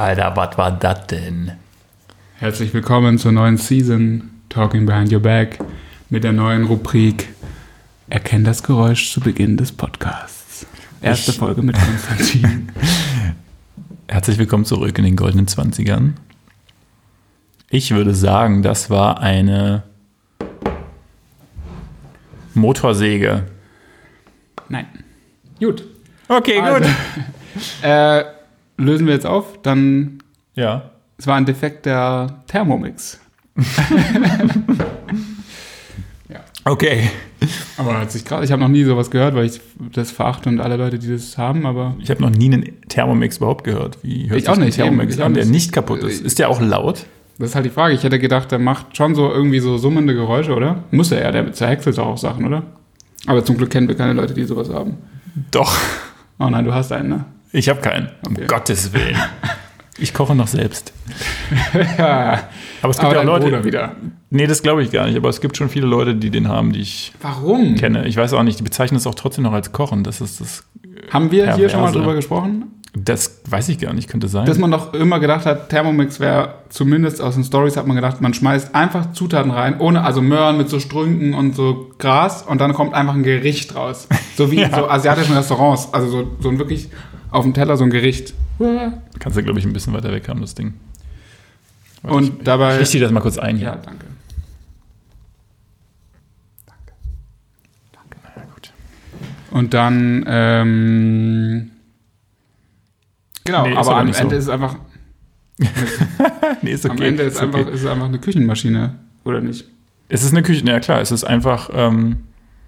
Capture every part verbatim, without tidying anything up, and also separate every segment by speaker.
Speaker 1: Alter, was war das denn?
Speaker 2: Herzlich willkommen zur neuen Season Talking Behind Your Back mit der neuen Rubrik Erkenn das Geräusch zu Beginn des Podcasts. Erste ich Folge mit Konstantin.
Speaker 1: Herzlich willkommen zurück in den goldenen Zwanzigern. Ich würde sagen, das war eine Motorsäge.
Speaker 2: Nein. Gut.
Speaker 1: Okay,
Speaker 2: also,
Speaker 1: gut.
Speaker 2: Äh, lösen wir jetzt auf, dann...
Speaker 1: Ja.
Speaker 2: Es war ein Defekt der Thermomix.
Speaker 1: Ja. Okay.
Speaker 2: Aber hat sich gerade, ich habe noch nie sowas gehört, weil ich das verachte und alle Leute, die das haben, aber...
Speaker 1: Ich habe noch nie einen Thermomix überhaupt gehört. Wie hört
Speaker 2: ich
Speaker 1: sich
Speaker 2: auch nicht,
Speaker 1: ein Thermomix
Speaker 2: eben,
Speaker 1: an,
Speaker 2: auch
Speaker 1: der
Speaker 2: nicht.
Speaker 1: nicht kaputt ist? Ist der auch laut?
Speaker 2: Das ist halt die Frage. Ich hätte gedacht, der macht schon so irgendwie so summende Geräusche, oder? Muss er ja, der zerhäckselt auch Sachen, oder? Aber zum Glück kennen wir keine Leute, die sowas haben.
Speaker 1: Doch.
Speaker 2: Oh nein, du hast einen, ne?
Speaker 1: Ich habe keinen.
Speaker 2: Okay.
Speaker 1: Um Gottes Willen. Ich koche noch selbst.
Speaker 2: Ja.
Speaker 1: Aber es gibt
Speaker 2: aber
Speaker 1: ja auch Leute.
Speaker 2: Bruder wieder.
Speaker 1: Nee, das glaube ich gar nicht. Aber es gibt schon viele Leute, die den haben, die ich
Speaker 2: Warum?
Speaker 1: kenne. Ich weiß auch nicht. Die bezeichnen es auch trotzdem noch als Kochen. Das ist das.
Speaker 2: Haben wir
Speaker 1: Perverse.
Speaker 2: hier schon mal drüber gesprochen?
Speaker 1: Das weiß ich gar nicht. Könnte sein.
Speaker 2: Dass man doch immer gedacht hat, Thermomix wäre, zumindest aus den Stories hat man gedacht, man schmeißt einfach Zutaten rein, ohne, also Möhren mit so Strünken und so Gras und dann kommt einfach ein Gericht raus. So wie in
Speaker 1: Ja.
Speaker 2: so asiatischen Restaurants. Also so, so ein wirklich auf dem Teller so ein Gericht.
Speaker 1: Kannst du, glaube ich, ein bisschen weiter weg haben, das Ding. Warte,
Speaker 2: Und
Speaker 1: ich,
Speaker 2: dabei...
Speaker 1: Ich richte das mal kurz ein hier.
Speaker 2: Ja, danke. Danke. Danke.
Speaker 1: Ja, gut.
Speaker 2: Und dann, ähm... Genau,
Speaker 1: Nee, ist
Speaker 2: aber
Speaker 1: aber
Speaker 2: am
Speaker 1: nicht
Speaker 2: Ende
Speaker 1: so.
Speaker 2: ist es einfach...
Speaker 1: Nee, ist okay.
Speaker 2: Am Ende ist,
Speaker 1: ist,
Speaker 2: einfach,
Speaker 1: okay.
Speaker 2: ist es einfach eine Küchenmaschine, oder nicht?
Speaker 1: Es ist eine Küche. Ja, klar. Es ist einfach. Ähm,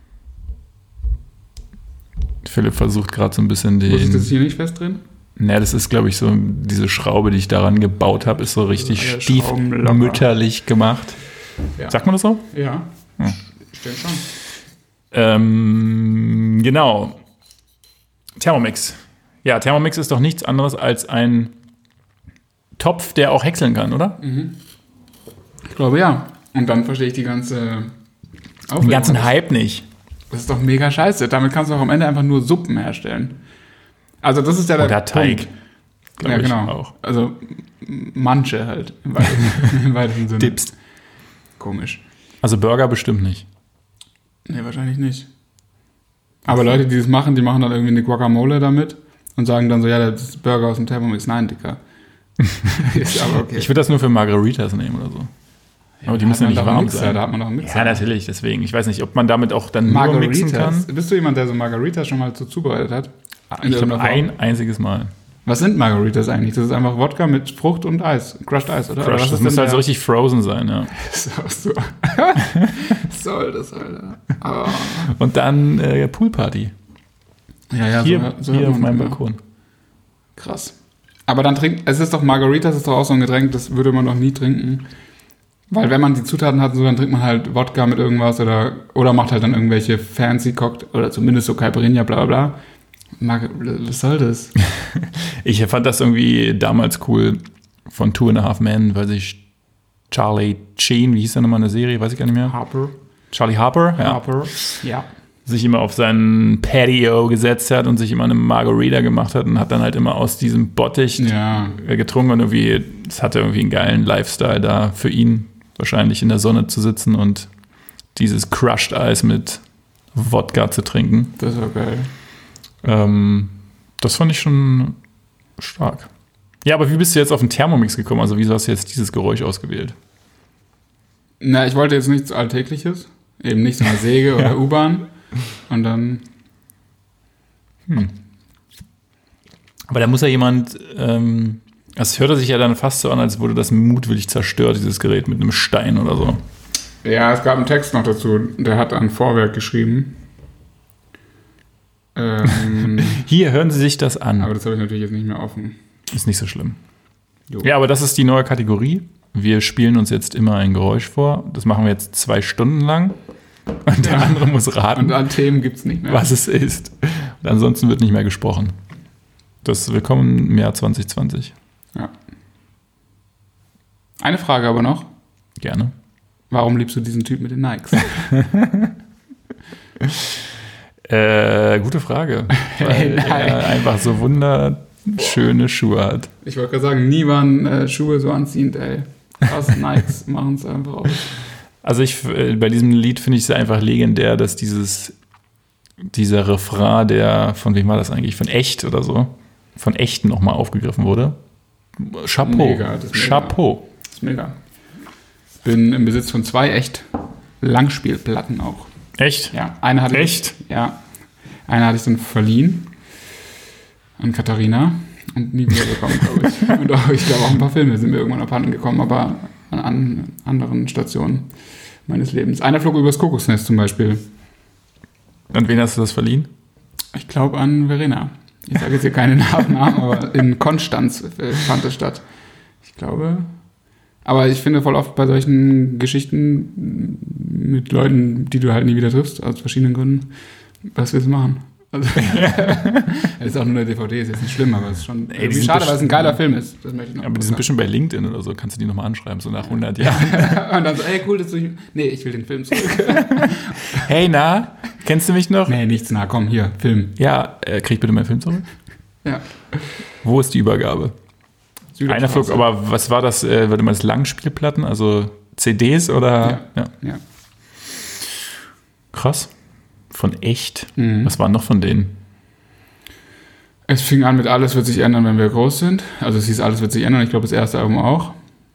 Speaker 1: Philipp versucht gerade so ein bisschen den.
Speaker 2: Wo ist das hier nicht fest drin?
Speaker 1: Ne, das ist, glaube ich, so diese Schraube, die ich daran gebaut habe, ist so richtig
Speaker 2: Also alle Schrauben locker.
Speaker 1: stiefmütterlich gemacht.
Speaker 2: Ja.
Speaker 1: Sagt man das so?
Speaker 2: Ja,
Speaker 1: Hm.
Speaker 2: stimmt schon.
Speaker 1: Ähm, genau. Thermomix. Ja, Thermomix ist doch nichts anderes als ein Topf, der auch häckseln kann, oder?
Speaker 2: Ich glaube, ja. Und dann verstehe ich die ganze Aufregung.
Speaker 1: Den ganzen Hype nicht.
Speaker 2: Das ist doch mega scheiße. Damit kannst du auch am Ende einfach nur Suppen herstellen. Also das ist ja der
Speaker 1: Oder Teig.
Speaker 2: Punkt.
Speaker 1: Glaube
Speaker 2: Ja,
Speaker 1: ich
Speaker 2: genau.
Speaker 1: auch.
Speaker 2: Also m- manche halt im weitesten, im weitesten Sinne.
Speaker 1: Dips.
Speaker 2: Komisch.
Speaker 1: Also Burger bestimmt nicht.
Speaker 2: Nee, wahrscheinlich nicht. Aber Leute, die das machen, die machen dann irgendwie eine Guacamole damit und sagen dann so, ja, das ist Burger aus dem Thermomix. Nein, Dicker. Ist aber okay.
Speaker 1: Ich würde das nur für Margaritas nehmen oder so.
Speaker 2: Ja,
Speaker 1: Aber die
Speaker 2: da
Speaker 1: müssen ja
Speaker 2: hat man
Speaker 1: nicht
Speaker 2: doch
Speaker 1: warm
Speaker 2: einen Mixer,
Speaker 1: sein.
Speaker 2: Da hat man doch einen Mixer.
Speaker 1: Ja, natürlich, deswegen. Ich weiß nicht, ob man damit auch dann nur mixen kann.
Speaker 2: Margaritas. Bist du jemand, der so Margaritas schon mal so zubereitet hat? In
Speaker 1: Ich glaube,
Speaker 2: irgendeiner Form?
Speaker 1: ein einziges Mal.
Speaker 2: Was sind Margaritas eigentlich? Das ist einfach Wodka mit Frucht und Eis. Crushed Eis, oder?
Speaker 1: Crush,
Speaker 2: oder was
Speaker 1: das
Speaker 2: ist
Speaker 1: muss
Speaker 2: denn
Speaker 1: halt so
Speaker 2: der-
Speaker 1: richtig frozen sein, ja.
Speaker 2: Das ist auch so. Soll das, Alter. Aber
Speaker 1: Und dann äh, Poolparty.
Speaker 2: ja, ja,
Speaker 1: Hier,
Speaker 2: so, so
Speaker 1: hier
Speaker 2: hat
Speaker 1: auf
Speaker 2: man-
Speaker 1: meinem
Speaker 2: ja.
Speaker 1: Balkon.
Speaker 2: Krass. Aber dann trinkt, es ist doch Margaritas, ist doch auch so ein Getränk, das würde man noch nie trinken. Weil wenn man die Zutaten hat, so, dann trinkt man halt Wodka mit irgendwas oder, oder macht halt dann irgendwelche fancy Cocktails oder zumindest so Caipirinha, bla bla bla. Mar- Was soll das?
Speaker 1: Ich fand das irgendwie damals cool von Two and a Half Men, weil sich Charlie Sheen, wie hieß der nochmal in der Serie, weiß ich gar nicht mehr.
Speaker 2: Harper.
Speaker 1: Charlie Harper, ja.
Speaker 2: Harper. Ja.
Speaker 1: Sich immer auf seinen Patio gesetzt hat und sich immer eine Margarita gemacht hat und hat dann halt immer aus diesem Bottich
Speaker 2: Ja.
Speaker 1: getrunken und irgendwie, es hatte irgendwie einen geilen Lifestyle da für ihn, wahrscheinlich in der Sonne zu sitzen und dieses Crushed Eis mit Wodka zu trinken.
Speaker 2: Das war geil.
Speaker 1: Ähm, das fand ich schon stark. Ja, aber wie bist du jetzt auf den Thermomix gekommen? Also wieso hast du jetzt dieses Geräusch ausgewählt?
Speaker 2: Na, ich wollte jetzt nichts Alltägliches. Eben nicht so eine Säge oder
Speaker 1: Ja.
Speaker 2: U-Bahn. Und dann,
Speaker 1: Hm. Aber da muss ja jemand, ähm, das hörte sich ja dann fast so an, als wurde das mutwillig zerstört, dieses Gerät mit einem Stein oder so.
Speaker 2: ja, es gab einen Text noch dazu, der hat ein Vorwerk geschrieben. Ähm,
Speaker 1: Hier, hören Sie sich das an.
Speaker 2: aber das habe ich natürlich jetzt nicht mehr offen.
Speaker 1: Ist nicht so schlimm.
Speaker 2: Jo.
Speaker 1: Ja, aber das ist die neue Kategorie. Wir spielen uns jetzt immer ein Geräusch vor. Das machen wir jetzt zwei Stunden lang. Und der
Speaker 2: Ja.
Speaker 1: andere muss raten,
Speaker 2: Und an Themen gibt es nicht mehr.
Speaker 1: was es ist. Und ansonsten wird nicht mehr gesprochen. Das Willkommen im Jahr zwanzig zwanzig.
Speaker 2: Ja. Eine Frage aber noch.
Speaker 1: Gerne.
Speaker 2: Warum liebst du diesen Typ mit den Nikes?
Speaker 1: Äh, gute Frage. Weil
Speaker 2: Nein.
Speaker 1: er einfach so wunder, schöne Schuhe hat.
Speaker 2: Ich wollte gerade sagen, nie waren äh, Schuhe so anziehend, ey. Krass, Nikes machen es einfach aus.
Speaker 1: Also ich, äh, bei diesem Lied finde ich es einfach legendär, dass dieses, dieser Refrain, der, von wem war das eigentlich? Von Echt oder so? Von Echt nochmal aufgegriffen wurde. Chapeau.
Speaker 2: Mega, das ist mega.
Speaker 1: Chapeau.
Speaker 2: Das ist mega. Bin im Besitz von zwei echt Langspielplatten auch.
Speaker 1: Echt?
Speaker 2: Ja, eine hatte
Speaker 1: Echt?
Speaker 2: Ich, ja. Eine hatte ich dann verliehen an Katharina und nie wieder bekommen, glaube ich. Und auch, ich glaube auch ein paar Filme sind mir irgendwann abhanden gekommen, aber an, an anderen Stationen meines Lebens. Einer flog übers Kokosnest zum Beispiel.
Speaker 1: An wen hast du das verliehen?
Speaker 2: Ich glaube an Verena. Ich sage jetzt hier keine Namen, aber in Konstanz fand es statt. Ich glaube. Aber ich finde voll oft bei solchen Geschichten mit Leuten, die du halt nie wieder triffst, aus verschiedenen Gründen, was willst du machen? Also, das ist auch nur eine D V D, ist jetzt nicht schlimm, aber es ist schon
Speaker 1: Ey, die
Speaker 2: schade,
Speaker 1: sind
Speaker 2: weil es ein geiler Film ist. Das möchte ich noch
Speaker 1: Aber die sind
Speaker 2: sagen.
Speaker 1: bestimmt bei LinkedIn oder so, kannst du die nochmal anschreiben, so nach hundert Jahren.
Speaker 2: Und dann so, ey, cool, dass du... Nee, ich will den Film zurück.
Speaker 1: Hey, na, kennst du mich noch?
Speaker 2: Nee, nichts, na, komm, hier, Film.
Speaker 1: Ja, äh, krieg bitte meinen Film zurück.
Speaker 2: Ja.
Speaker 1: Wo ist die Übergabe? Einer flog, aber was war das, äh, warte mal, das Langspielplatten, also C Ds oder?
Speaker 2: Ja. ja.
Speaker 1: Krass. Von Echt.
Speaker 2: Mhm.
Speaker 1: Was war noch von denen?
Speaker 2: Es fing an mit Alles wird sich ändern, wenn wir groß sind. Also es hieß Alles wird sich ändern, ich glaube das erste Album auch.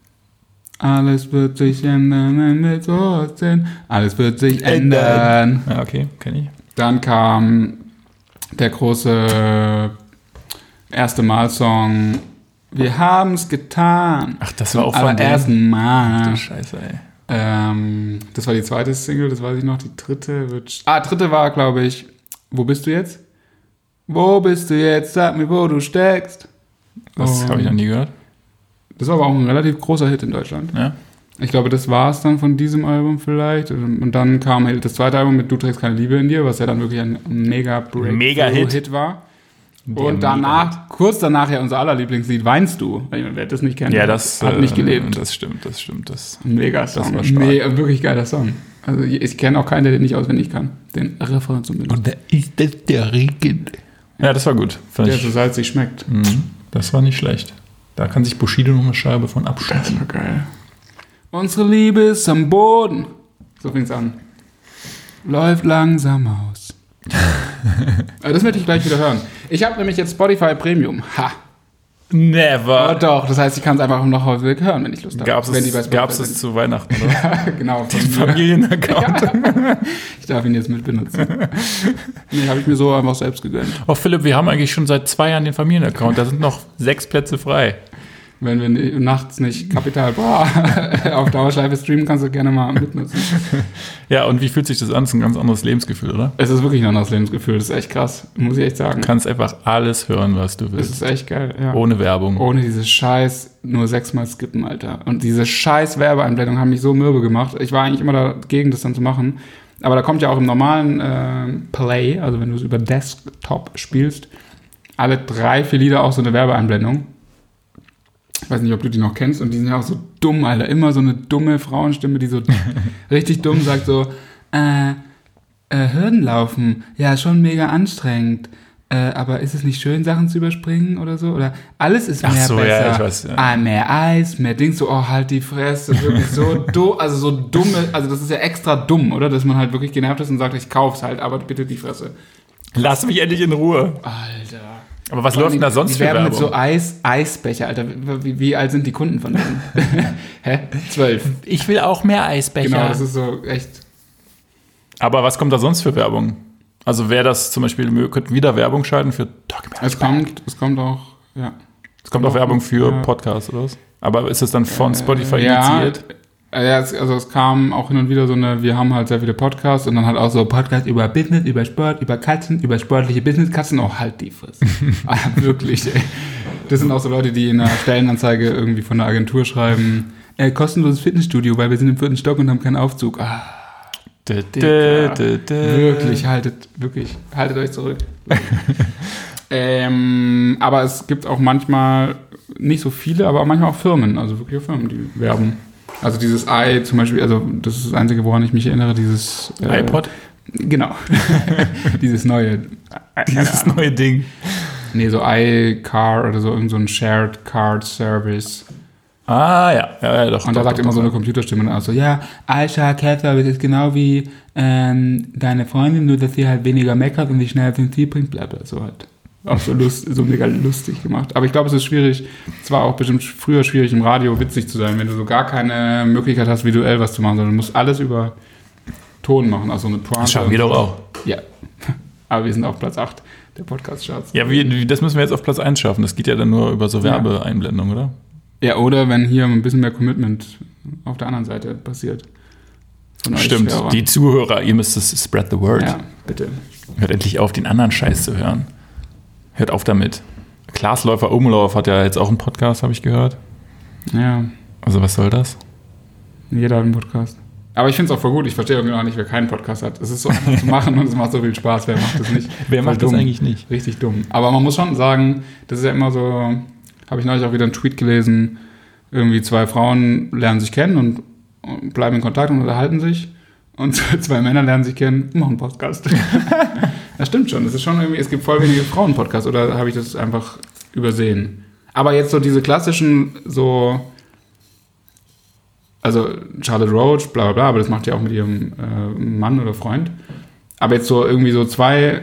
Speaker 2: Alles wird sich ändern, wenn wir groß sind. Alles wird sich ändern.
Speaker 1: Ja, okay, kenne ich.
Speaker 2: Dann kam der große erste Mal-Song Wir haben's getan.
Speaker 1: Ach, das war auch von
Speaker 2: dem allerersten Mal.
Speaker 1: Ach du Scheiße, ey.
Speaker 2: Ähm, das war die zweite Single, das weiß ich noch. Die dritte wird... Ah, dritte war, glaube ich, Wo bist du jetzt? Wo bist du jetzt? Sag mir, wo du steckst.
Speaker 1: Das habe ich noch nie gehört.
Speaker 2: Das war aber auch ein relativ großer Hit in Deutschland.
Speaker 1: Ja.
Speaker 2: Ich glaube, das war es dann von diesem Album vielleicht. Und dann kam halt das zweite Album mit Du trägst keine Liebe in dir, was ja dann wirklich ein mega Breakthrough-Hit
Speaker 1: Hit
Speaker 2: war.
Speaker 1: Der
Speaker 2: Und danach, kurz danach ja unser aller Lieblingslied, Weinst du? Wer das nicht kennt,
Speaker 1: Ja, das
Speaker 2: hat
Speaker 1: äh,
Speaker 2: nicht gelebt.
Speaker 1: Das stimmt, das stimmt. Das,
Speaker 2: Mega Song.
Speaker 1: das war stark.
Speaker 2: Nee, wirklich geiler Song. Also ich kenne auch keinen, der den nicht auswendig kann. Den Refrain zumindest.
Speaker 1: Und da ist das der Regen. Ja, das war gut. Fand
Speaker 2: Der
Speaker 1: ich.
Speaker 2: so salzig schmeckt.
Speaker 1: Mhm, das war nicht schlecht. Da kann sich Bushido noch eine Scheibe von
Speaker 2: Das
Speaker 1: abschneiden.
Speaker 2: war geil. Unsere Liebe ist am Boden. So fing's an. Läuft langsam aus. Aber das möchte ich gleich wieder hören. Ich habe nämlich jetzt Spotify Premium. Ha. Oh,
Speaker 1: Never.
Speaker 2: doch, das heißt, ich kann es einfach noch häufig hören, wenn ich Lust habe.
Speaker 1: Gab
Speaker 2: wenn die bei
Speaker 1: es
Speaker 2: Spotify
Speaker 1: gab's
Speaker 2: sind.
Speaker 1: es zu Weihnachten, oder?
Speaker 2: Ja, genau.
Speaker 1: Den Familienaccount.
Speaker 2: Ja. Ich darf ihn jetzt mit benutzen. Nee, habe ich mir so einfach selbst gegönnt.
Speaker 1: Oh, Philipp, wir haben eigentlich schon seit zwei Jahren den Familienaccount. Da sind noch sechs Plätze frei.
Speaker 2: Wenn wir ni- nachts nicht Kapital Bra auf Dauerschleife streamen, kannst du gerne mal mitnutzen.
Speaker 1: Ja, und wie fühlt sich das an? Das ist ein ganz anderes Lebensgefühl, oder?
Speaker 2: Es ist wirklich ein anderes Lebensgefühl. Das ist echt krass. Muss ich echt sagen.
Speaker 1: Du kannst einfach alles hören, was du
Speaker 2: Das
Speaker 1: willst.
Speaker 2: ist echt geil, ja.
Speaker 1: Ohne Werbung.
Speaker 2: Ohne dieses Scheiß nur sechsmal skippen, Alter. Und diese scheiß Werbeeinblendungen haben mich so mürbe gemacht. Ich war eigentlich immer dagegen, das dann zu machen. Aber da kommt ja auch im normalen äh, Play, also wenn du es über Desktop spielst, alle drei, vier Lieder auch so eine Werbeeinblendung. Ich weiß nicht, ob du die noch kennst. Und die sind ja auch so dumm, Alter. Immer so eine dumme Frauenstimme, die so richtig dumm sagt so, äh, äh, Hürdenlaufen, ja, schon mega anstrengend. Äh, aber ist es nicht schön, Sachen zu überspringen oder so? Oder alles ist
Speaker 1: Ach
Speaker 2: mehr
Speaker 1: so,
Speaker 2: besser.
Speaker 1: ja, ich weiß, ja.
Speaker 2: Ah, mehr Eis, mehr Dings. So, oh, halt die Fresse. Wirklich so dumm, also so dumme, also das ist ja extra dumm, oder? Dass man halt wirklich genervt ist und sagt, ich kauf's halt, aber bitte die Fresse.
Speaker 1: Lass mich endlich in Ruhe.
Speaker 2: Alter.
Speaker 1: Aber was läuft denn da sonst
Speaker 2: die
Speaker 1: für
Speaker 2: werben
Speaker 1: Werbung?
Speaker 2: mit so Eis, Eisbecher, Alter. Wie, wie alt sind die Kunden von denen? Hä? Zwölf.
Speaker 1: Ich will auch mehr Eisbecher.
Speaker 2: Genau, das ist so echt.
Speaker 1: Aber was kommt da sonst für Werbung? Also wäre das zum Beispiel, wir könnten wieder Werbung schalten für Talk About
Speaker 2: Es kommt, es kommt auch, ja.
Speaker 1: Es kommt auch Werbung für
Speaker 2: Ja.
Speaker 1: Podcasts oder was? Aber ist das dann von Spotify
Speaker 2: ja,
Speaker 1: initiiert?
Speaker 2: Ja, es, also es kam auch hin und wieder so eine, wir haben halt sehr viele Podcasts und dann halt auch so Podcasts über Business, über Sport, über Katzen, über sportliche Business-Katzen. Oh, halt die Fresse. Ah, wirklich, ey. Das sind auch so Leute, die in einer Stellenanzeige irgendwie von der Agentur schreiben, äh, kostenloses Fitnessstudio, weil wir sind im vierten Stock und haben keinen Aufzug. Ah,
Speaker 1: Dö,
Speaker 2: Dicker.
Speaker 1: dö, dö, dö.
Speaker 2: wirklich, haltet, wirklich, haltet euch zurück. ähm, aber es gibt auch manchmal, nicht so viele, aber manchmal auch Firmen, also wirklich auch Firmen, die werben. Also dieses Ei zum Beispiel, also das ist das Einzige, woran ich mich erinnere, dieses...
Speaker 1: Äh, iPod?
Speaker 2: Genau. dieses neue...
Speaker 1: Dieses neue Ding.
Speaker 2: Nee, so iCar oder so, irgend so ein Shared Card Service.
Speaker 1: Ah, ja. ja, ja doch.
Speaker 2: Und
Speaker 1: doch,
Speaker 2: da sagt
Speaker 1: doch,
Speaker 2: immer
Speaker 1: doch,
Speaker 2: so eine
Speaker 1: ja.
Speaker 2: Computerstimme dann auch so, ja, iShare Card Service ist genau wie ähm, deine Freundin, nur dass sie halt weniger meckert und sie schneller zum Ziel bringt, bla bla, so halt. Auch so, lust, so mega lustig gemacht. Aber ich glaube, es ist schwierig, es war auch bestimmt früher schwierig, im Radio witzig zu sein, wenn du so gar keine Möglichkeit hast, visuell was zu machen, sondern du musst alles über Ton machen, also eine Pointe.
Speaker 1: Das schaffen wir doch auch.
Speaker 2: Ja, aber wir sind auf Platz acht der Podcast-Charts.
Speaker 1: Ja, wie, das müssen wir jetzt auf Platz eins schaffen. Das geht ja dann nur über so Werbeeinblendung, oder?
Speaker 2: Ja, oder wenn hier ein bisschen mehr Commitment auf der anderen Seite passiert. Von euch
Speaker 1: Stimmt,
Speaker 2: Hörern.
Speaker 1: die Zuhörer, ihr müsst es spread the word.
Speaker 2: Ja, bitte.
Speaker 1: Hört endlich auf, den anderen Scheiß zu hören. Hört auf damit. Klaas Läufer Umlauf hat ja jetzt auch einen Podcast, habe ich gehört.
Speaker 2: Ja,
Speaker 1: Also was soll das?
Speaker 2: jeder hat einen Podcast. Aber ich finde es auch voll gut. Ich verstehe irgendwie auch nicht, wer keinen Podcast hat. Es ist so einfach zu machen und es macht so viel Spaß. Wer macht das nicht?
Speaker 1: Wer
Speaker 2: Voll
Speaker 1: macht das
Speaker 2: dumm.
Speaker 1: eigentlich nicht?
Speaker 2: Richtig dumm. Aber man muss schon sagen, das ist ja immer so, habe ich neulich auch wieder einen Tweet gelesen, irgendwie zwei Frauen lernen sich kennen und, und bleiben in Kontakt und unterhalten sich. Und zwei Männer lernen sich kennen und machen einen Podcast. Das stimmt schon. Das ist schon irgendwie, es gibt voll wenige Frauen-Podcasts, oder habe ich das einfach übersehen? Aber jetzt so diese klassischen, so, also Charlotte Roach, bla bla bla, aber das macht ja auch mit ihrem äh, Mann oder Freund. Aber jetzt so irgendwie so zwei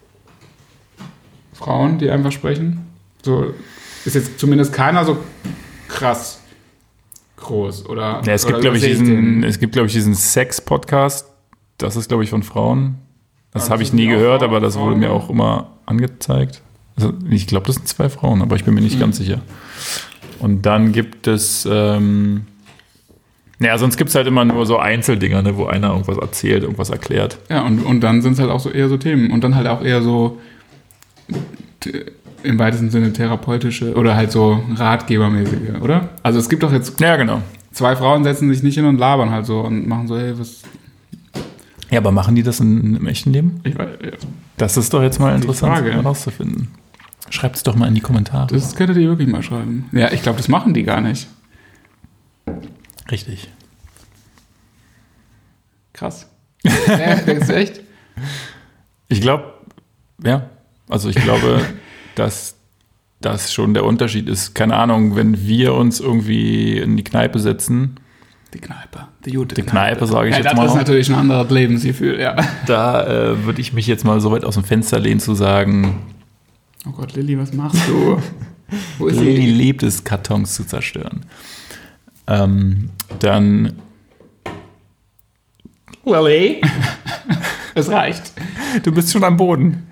Speaker 2: Frauen, die einfach sprechen, so ist jetzt zumindest keiner so krass groß, oder?
Speaker 1: Ja, es gibt,
Speaker 2: oder
Speaker 1: glaube ich,
Speaker 2: übersehe
Speaker 1: diesen,
Speaker 2: den?
Speaker 1: es gibt, glaube ich, diesen Sex-Podcast. Das ist, glaube ich, von Frauen. Das
Speaker 2: Aber
Speaker 1: habe
Speaker 2: das
Speaker 1: ich
Speaker 2: sind
Speaker 1: nie
Speaker 2: ja auch
Speaker 1: gehört,
Speaker 2: Frauen-
Speaker 1: aber das wurde
Speaker 2: Frauen,
Speaker 1: mir
Speaker 2: ne?
Speaker 1: auch immer angezeigt. Also, ich glaube, das sind zwei Frauen, aber ich bin mir nicht
Speaker 2: Mhm.
Speaker 1: ganz sicher. Und dann gibt es, ähm, naja, sonst gibt es halt immer nur so Einzeldinger, ne, wo einer irgendwas erzählt, irgendwas erklärt.
Speaker 2: Ja, und, und dann sind es halt auch so eher so Themen. Und dann halt auch eher so t- im weitesten Sinne therapeutische oder halt so ratgebermäßige, oder? Also es gibt doch jetzt,
Speaker 1: Ja, genau.
Speaker 2: zwei Frauen setzen sich nicht hin und labern halt so und machen so, hey, was...
Speaker 1: Ja, aber machen die das in, im echten Leben?
Speaker 2: Ich weiß, ja.
Speaker 1: Das ist doch jetzt mal
Speaker 2: Die
Speaker 1: interessant
Speaker 2: Frage.
Speaker 1: herauszufinden. Schreibt es doch mal in die Kommentare.
Speaker 2: Das könntet ihr wirklich mal schreiben. Ja, ich glaube, das machen die gar nicht.
Speaker 1: Richtig.
Speaker 2: Krass. Ja, denkst du echt?
Speaker 1: Ich glaube, ja, also ich glaube, dass das schon der Unterschied ist. Keine Ahnung, wenn wir uns irgendwie in die Kneipe setzen,
Speaker 2: Die Kneipe. Die gute
Speaker 1: die Kneipe, sage ich
Speaker 2: Ja,
Speaker 1: jetzt
Speaker 2: das
Speaker 1: mal
Speaker 2: ist
Speaker 1: noch,
Speaker 2: natürlich ein anderes Lebensgefühl, ja.
Speaker 1: da äh, würde ich mich jetzt mal so weit aus dem Fenster lehnen zu sagen,
Speaker 2: Oh Gott, Lilly, was machst du? Wo ist
Speaker 1: Lilly
Speaker 2: sie?
Speaker 1: liebt es, Kartons zu zerstören. Ähm, dann Lilly,
Speaker 2: Es reicht.
Speaker 1: du bist schon am Boden.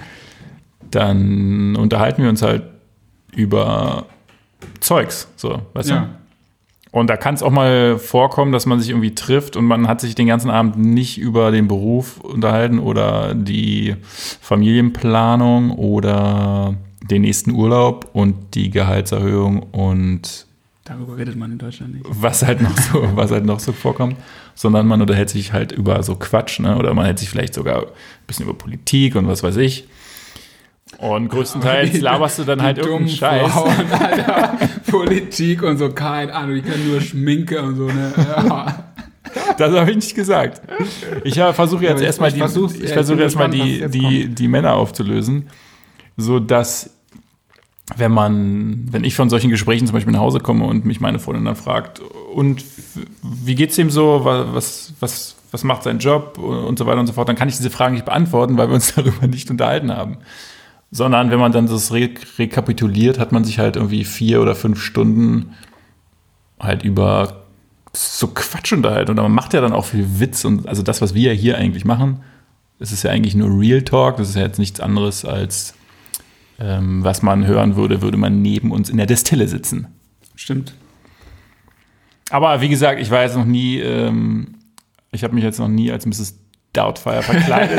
Speaker 1: Dann unterhalten wir uns halt über Zeugs, so, weißt du?
Speaker 2: Ja.
Speaker 1: Und da kann es auch mal vorkommen, dass man sich irgendwie trifft und man hat sich den ganzen Abend nicht über den Beruf unterhalten oder die Familienplanung oder den nächsten Urlaub und die Gehaltserhöhung und
Speaker 2: Darüber redet man in Deutschland nicht.
Speaker 1: was halt noch so, was halt noch so vorkommt, sondern man unterhält sich halt über so Quatsch, ne? Oder man hält sich vielleicht sogar ein bisschen über Politik und was weiß ich. Und größtenteils laberst du dann halt irgendeinen Scheiß.
Speaker 2: Frauen, Alter. Politik und so, keine Ahnung, die können nur Schminke und so, ne? Ja.
Speaker 1: Das habe ich nicht gesagt. Ich versuche jetzt
Speaker 2: Aber ich-
Speaker 1: erstmal
Speaker 2: ich
Speaker 1: die,
Speaker 2: versuch's-
Speaker 1: ich
Speaker 2: ja, ich
Speaker 1: versuche
Speaker 2: bin
Speaker 1: erstmal
Speaker 2: gespannt,
Speaker 1: die,
Speaker 2: was jetzt
Speaker 1: die, die Männer aufzulösen, so dass wenn man, wenn ich von solchen Gesprächen zum Beispiel nach Hause komme und mich meine Freundin dann fragt, und wie geht's ihm so, was, was, was macht sein Job und so weiter und so fort, dann kann ich diese Fragen nicht beantworten, weil wir uns darüber nicht unterhalten haben. Sondern wenn man dann das re- rekapituliert, hat man sich halt irgendwie vier oder fünf Stunden halt über so Quatsch unterhalten. Und man macht ja dann auch viel Witz. Und also das, was wir ja hier eigentlich machen, das ist ja eigentlich nur Real Talk. Das ist ja jetzt nichts anderes als ähm, was man hören würde, würde man neben uns in der Destille sitzen.
Speaker 2: Stimmt.
Speaker 1: Aber wie gesagt, ich war jetzt noch nie, ähm, ich habe mich jetzt noch nie als Misses Doubtfire verkleidet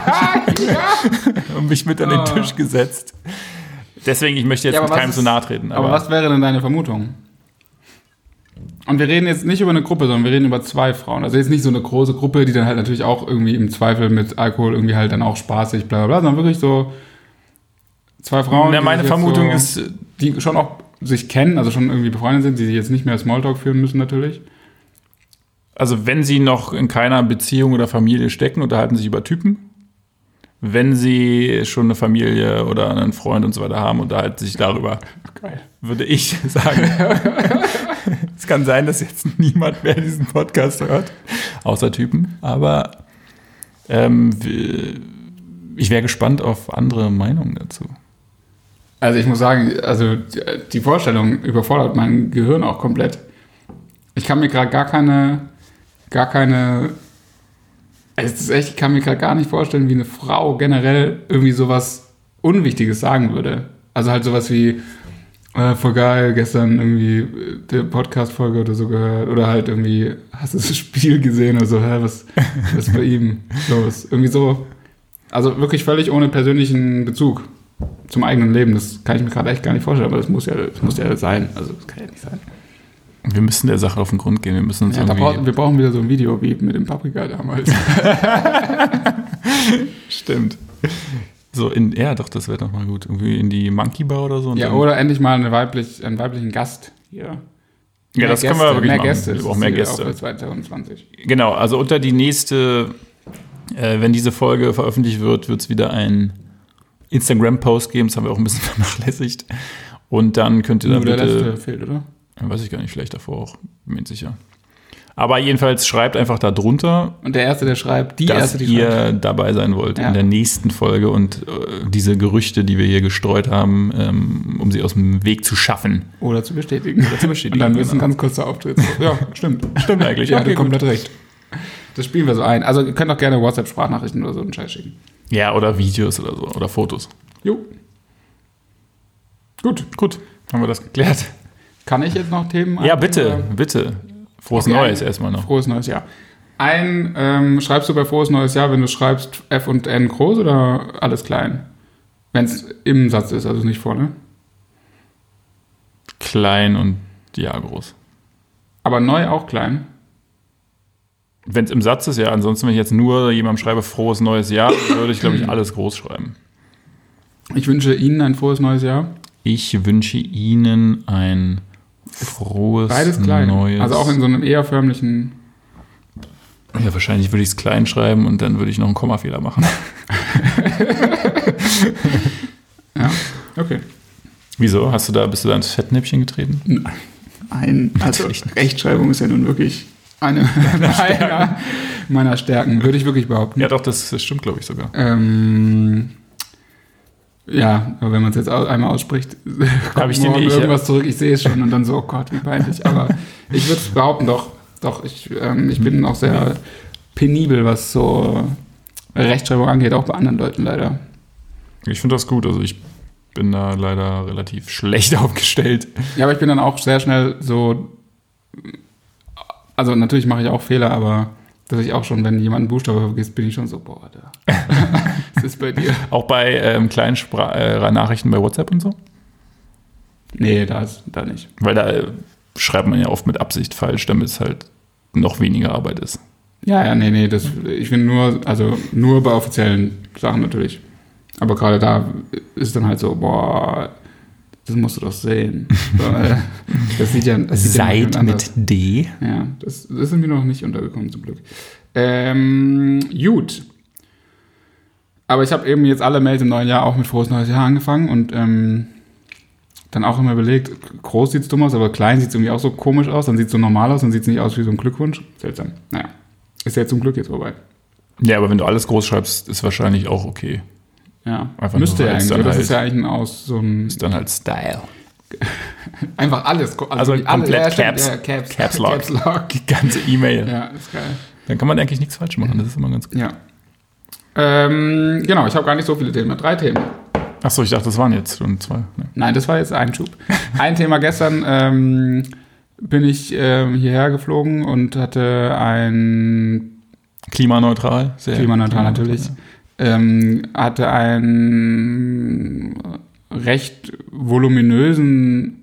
Speaker 1: und mich mit an den Tisch gesetzt. Deswegen, ich möchte jetzt
Speaker 2: Ja, aber
Speaker 1: mit
Speaker 2: was
Speaker 1: keinem
Speaker 2: ist-
Speaker 1: zu nahe treten.
Speaker 2: Aber, was wäre denn deine Vermutung? Und wir reden jetzt nicht über eine Gruppe, sondern wir reden über zwei Frauen. Also jetzt nicht so eine große Gruppe, die dann halt natürlich auch irgendwie im Zweifel mit Alkohol irgendwie halt dann auch spaßig, bla bla bla, sondern wirklich so zwei Frauen.
Speaker 1: Ja,
Speaker 2: die
Speaker 1: meine
Speaker 2: sich jetzt
Speaker 1: Vermutung
Speaker 2: so,
Speaker 1: ist,
Speaker 2: die schon auch sich kennen, also schon irgendwie befreundet sind, die sich jetzt nicht mehr Smalltalk führen müssen natürlich.
Speaker 1: also wenn sie noch in keiner Beziehung oder Familie stecken, unterhalten sich über Typen. wenn sie schon eine Familie oder einen Freund und so weiter haben, unterhalten sich darüber.
Speaker 2: Geil.
Speaker 1: Würde ich sagen. Es kann sein, dass jetzt niemand mehr diesen Podcast hört, außer Typen. Aber ähm, ich wäre gespannt auf andere Meinungen dazu.
Speaker 2: Also ich muss sagen, also die Vorstellung überfordert mein Gehirn auch komplett. Ich kann mir gerade gar keine, gar keine, es ist echt, ich kann mir gerade gar nicht vorstellen, wie eine Frau generell irgendwie sowas Unwichtiges sagen würde. Also halt sowas wie, äh, voll geil, gestern irgendwie der Podcast-Folge oder so gehört, oder halt irgendwie, hast du das Spiel gesehen oder so, hä, was, was ist bei ihm los? Irgendwie so, also wirklich völlig ohne persönlichen Bezug zum eigenen Leben. Das kann ich mir gerade echt gar nicht vorstellen, aber das muss ja, das muss ja sein. Also das kann ja nicht sein.
Speaker 1: Wir müssen der Sache auf den Grund gehen. Wir müssen uns
Speaker 2: ja,
Speaker 1: irgendwie...
Speaker 2: brauch, wir brauchen wieder so ein Video wie mit dem Paprika damals.
Speaker 1: Stimmt. So in, ja, doch, das wäre doch mal gut. Irgendwie in die Monkey Bar oder so. Und
Speaker 2: ja,
Speaker 1: dann,
Speaker 2: oder endlich mal eine weiblich, einen weiblichen Gast hier.
Speaker 1: Ja,
Speaker 2: Mehr
Speaker 1: das
Speaker 2: Gäste,
Speaker 1: können wir wirklich
Speaker 2: mehr
Speaker 1: machen.
Speaker 2: Gäste.
Speaker 1: Wir brauchen mehr
Speaker 2: Das ist
Speaker 1: Gäste.
Speaker 2: auch für zwanzig zwanzig.
Speaker 1: Genau, also unter die nächste, äh, wenn diese Folge veröffentlicht wird, wird es wieder ein Instagram-Post geben. Das haben wir auch ein bisschen vernachlässigt. Und dann könnt ihr da
Speaker 2: Nur der
Speaker 1: bitte...
Speaker 2: letzte fehlt, oder?
Speaker 1: Weiß ich gar nicht, vielleicht davor auch, bin mir sicher. Aber jedenfalls schreibt einfach da drunter,
Speaker 2: Und der Erste, der schreibt, die
Speaker 1: dass
Speaker 2: Erste, die
Speaker 1: ihr
Speaker 2: schreibt.
Speaker 1: dabei sein wollt
Speaker 2: Ja.
Speaker 1: in der nächsten Folge und äh, diese Gerüchte, die wir hier gestreut haben, ähm, um sie aus dem Weg zu schaffen.
Speaker 2: Oder zu bestätigen.
Speaker 1: Oder zu bestätigen,
Speaker 2: Und dann wird es ein
Speaker 1: genau.
Speaker 2: ganz kurzer Auftritt. Ja, stimmt.
Speaker 1: Stimmt eigentlich.
Speaker 2: Ja,
Speaker 1: Okay,
Speaker 2: du
Speaker 1: gut.
Speaker 2: komplett recht. Das spielen wir so ein. Also ihr könnt auch gerne WhatsApp-Sprachnachrichten oder so einen Scheiß schicken.
Speaker 1: Ja, oder Videos oder so, oder Fotos.
Speaker 2: Jo. Gut.
Speaker 1: Gut, haben wir das geklärt.
Speaker 2: Kann ich jetzt noch Themen
Speaker 1: Ja,
Speaker 2: anbringen,
Speaker 1: bitte,
Speaker 2: oder?
Speaker 1: bitte. Frohes
Speaker 2: Okay,
Speaker 1: Neues
Speaker 2: ein-
Speaker 1: erstmal noch.
Speaker 2: Frohes neues Jahr. Ein, ähm, schreibst du bei Frohes neues Jahr, wenn du schreibst F und N groß oder alles klein? Wenn es im Satz ist, also nicht vorne.
Speaker 1: Klein und ja, groß.
Speaker 2: Aber neu auch klein.
Speaker 1: Wenn es im Satz ist, ja, ansonsten, wenn ich jetzt nur jemandem schreibe, frohes neues Jahr, würde ich, glaube ich, alles groß schreiben.
Speaker 2: Ich wünsche Ihnen ein frohes neues Jahr.
Speaker 1: Ich wünsche Ihnen ein frohes
Speaker 2: Beides klein.
Speaker 1: neues...
Speaker 2: Also auch in so einem eher förmlichen.
Speaker 1: Ja, wahrscheinlich würde ich es klein schreiben und dann würde ich noch einen Kommafehler machen.
Speaker 2: Ja, okay.
Speaker 1: Wieso? Hast du da, bist du da ins Fettnäpfchen getreten?
Speaker 2: Ein, also Rechtschreibung ist ja nun wirklich eine meiner, meiner Stärken, würde ich wirklich behaupten.
Speaker 1: Ja, doch, das, das stimmt, glaube ich, sogar.
Speaker 2: Ähm, ja, aber wenn man es jetzt au- einmal ausspricht,
Speaker 1: Hab
Speaker 2: kommt
Speaker 1: ich den
Speaker 2: morgen
Speaker 1: nicht,
Speaker 2: irgendwas zurück, ich sehe es schon und dann so, oh Gott, wie peinlich. Aber ich würde es behaupten, doch, doch, ich, ähm, ich bin auch sehr penibel, was so Rechtschreibung angeht, auch bei anderen Leuten leider.
Speaker 1: Ich finde das gut, also ich bin da leider relativ schlecht aufgestellt.
Speaker 2: Ja, aber ich bin dann auch sehr schnell so, also natürlich mache ich auch Fehler, aber dass ich auch schon, wenn jemand einen Buchstabe vergisst, bin ich schon so, boah, da. Was ist bei dir?
Speaker 1: Auch bei ähm, kleinen Spra äh, Nachrichten bei WhatsApp und so?
Speaker 2: Nee, da, ist, da nicht.
Speaker 1: Weil da äh, schreibt man ja oft mit Absicht falsch, damit es halt noch weniger Arbeit ist.
Speaker 2: Ja, ja, nee, nee, das, ich finde nur, also nur bei offiziellen Sachen natürlich. Aber gerade da ist dann halt so, boah, das musst du doch sehen. So, äh, das sieht ja, das sieht ja
Speaker 1: Seid
Speaker 2: jemand anders.
Speaker 1: mit D.
Speaker 2: Ja, das, das sind mir noch nicht untergekommen, zum Glück. Ähm, gut. Aber ich habe eben jetzt alle Mails im neuen Jahr auch mit Frohes neues Jahr angefangen und ähm, dann auch immer überlegt, groß sieht es dumm aus, aber klein sieht es irgendwie auch so komisch aus, dann sieht es so normal aus, dann sieht es nicht aus wie so ein Glückwunsch. Seltsam. Naja, ist ja zum Glück jetzt vorbei.
Speaker 1: Ja, aber wenn du alles groß schreibst, ist wahrscheinlich auch okay.
Speaker 2: Ja,
Speaker 1: Einfach
Speaker 2: müsste
Speaker 1: nur,
Speaker 2: ja
Speaker 1: weil es
Speaker 2: eigentlich.
Speaker 1: dann
Speaker 2: Das
Speaker 1: halt-
Speaker 2: ist ja eigentlich ein aus so ein
Speaker 1: Ist dann halt Style.
Speaker 2: einfach alles.
Speaker 1: Also
Speaker 2: alle-
Speaker 1: komplett
Speaker 2: ja, stimmt,
Speaker 1: Caps.
Speaker 2: ja, Caps,
Speaker 1: Caps Lock.
Speaker 2: Caps Lock.
Speaker 1: Die ganze E-Mail.
Speaker 2: Ja, ist geil.
Speaker 1: Dann kann man eigentlich nichts falsch machen. Das ist immer ganz gut.
Speaker 2: Ja. Ähm, genau, ich habe gar nicht so viele Themen mehr. Drei Themen.
Speaker 1: Achso, ich dachte, das waren jetzt schon zwei. Ne.
Speaker 2: Nein, das war jetzt ein Schub. Ein Thema gestern ähm, bin ich ähm, hierher geflogen und hatte ein
Speaker 1: Klimaneutral. Sehr
Speaker 2: klimaneutral natürlich, ähm, hatte einen recht voluminösen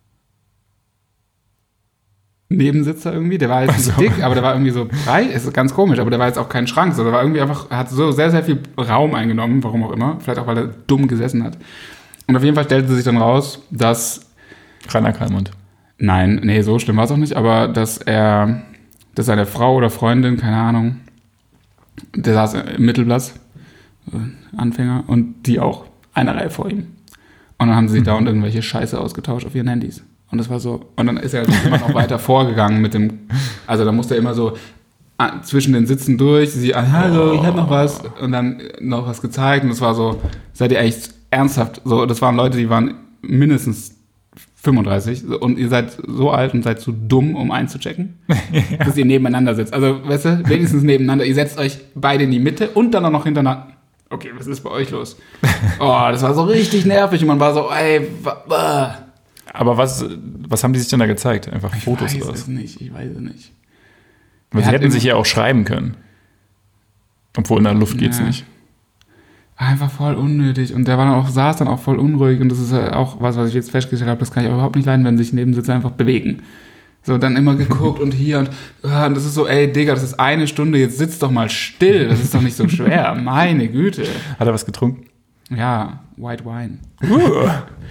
Speaker 2: Nebensitzer irgendwie. Der war jetzt nicht
Speaker 1: Ach so.
Speaker 2: dick, aber der war irgendwie so breit. Es ist ganz komisch, aber der war jetzt auch kein Schrank. So, der war irgendwie einfach, hat so sehr, sehr viel Raum eingenommen, warum auch immer. Vielleicht auch, weil er dumm gesessen hat. Und auf jeden Fall stellte sich dann raus, dass
Speaker 1: Rainer Kallmund.
Speaker 2: Nein, nee, so schlimm war es auch nicht, aber dass er, dass seine Frau oder Freundin, keine Ahnung, der saß im Mittelplatz, Anfänger, und die auch, eine Reihe vor ihm. Und dann haben sie sich mhm. dauernd irgendwelche Scheiße ausgetauscht auf ihren Handys. Und das war so, und dann ist er also immer noch weiter vorgegangen mit dem, also da musste er immer so zwischen den Sitzen durch, sie, hallo, ich hab noch was, und dann noch was gezeigt, und das war so, seid ihr eigentlich ernsthaft, so, das waren Leute, die waren mindestens fünfunddreißig, und ihr seid so alt und seid so dumm, um einzuchecken, ja. dass ihr nebeneinander sitzt. Also, weißt du, wenigstens nebeneinander, ihr setzt euch beide in die Mitte und dann auch noch hintereinander. Okay, was ist bei euch los? Oh, das war so richtig nervig, und man war so, ey, bah.
Speaker 1: Aber was, was haben die sich denn da gezeigt? Einfach
Speaker 2: ich
Speaker 1: Fotos
Speaker 2: oder was?
Speaker 1: Ich
Speaker 2: weiß es nicht, ich weiß es nicht.
Speaker 1: Weil sie hätten sich ja auch schreiben können. Obwohl in der Luft geht's ja. nicht.
Speaker 2: Einfach voll unnötig. Und der war dann auch, saß dann auch voll unruhig. Und das ist auch was, was ich jetzt festgestellt habe, das kann ich auch überhaupt nicht leiden, wenn sich Nebensitzer einfach bewegen. So, dann immer geguckt und hier und, ja, und das ist so, ey, Digga, das ist eine Stunde, jetzt sitzt doch mal still. Das ist doch nicht so schwer. Meine Güte.
Speaker 1: Hat er was getrunken?
Speaker 2: Ja, White Wine.
Speaker 1: Uh.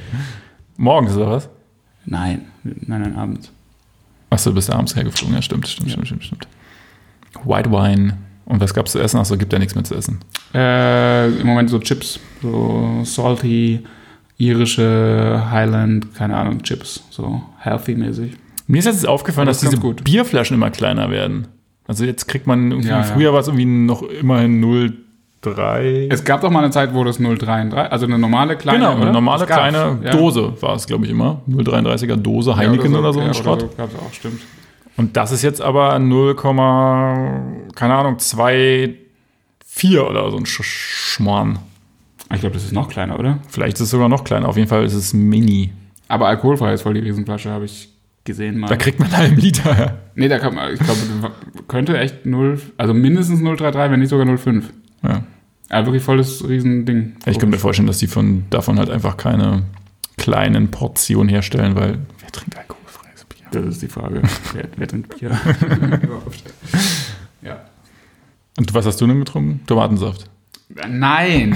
Speaker 1: Morgens oder was?
Speaker 2: Nein, nein, nein, abends.
Speaker 1: Achso, du bist abends hergeflogen. Ja, stimmt, stimmt, ja. stimmt, stimmt, stimmt. White Wine. Und was gab's zu essen? Achso, gibt ja nichts mehr zu essen.
Speaker 2: Äh, im Moment so Chips. So salty, irische Highland, keine Ahnung, Chips. So healthy-mäßig.
Speaker 1: Mir ist jetzt aufgefallen, das dass diese gut. Bierflaschen immer kleiner werden. Also jetzt kriegt man irgendwie, ja, früher ja. war es irgendwie noch immerhin null Komma drei.
Speaker 2: Es gab doch mal eine Zeit, wo das null Komma dreiunddreißig, also eine normale kleine,
Speaker 1: Genau, eine
Speaker 2: oder?
Speaker 1: normale kleine ja. Dose war es, glaube ich, immer. null Komma dreiunddreißiger Dose, Heineken ja, oder so, oder so ein Schrott. So
Speaker 2: gab es auch, stimmt.
Speaker 1: Und das ist jetzt aber null, keine Ahnung, zwei Komma vier oder so ein Sch Schmarrn.
Speaker 2: Ich glaube, das ist noch kleiner, oder?
Speaker 1: Vielleicht ist es sogar noch kleiner. Auf jeden Fall ist es mini.
Speaker 2: Aber alkoholfrei ist voll die Riesenflasche, habe ich gesehen mal.
Speaker 1: Da kriegt man einen halben Liter. Ja.
Speaker 2: Nee, da kann man, ich glaube, könnte echt null, also mindestens null Komma dreiunddreißig, wenn nicht sogar null Komma fünf.
Speaker 1: Ja.
Speaker 2: Ja, wirklich volles Riesending.
Speaker 1: Ich könnte mir vorstellen, dass die von, davon halt einfach keine kleinen Portionen herstellen, weil wer trinkt alkoholfreies Bier?
Speaker 2: Das ist die Frage. wer, wer trinkt Bier? Ja.
Speaker 1: Und was hast du denn getrunken? Tomatensaft?
Speaker 2: Nein.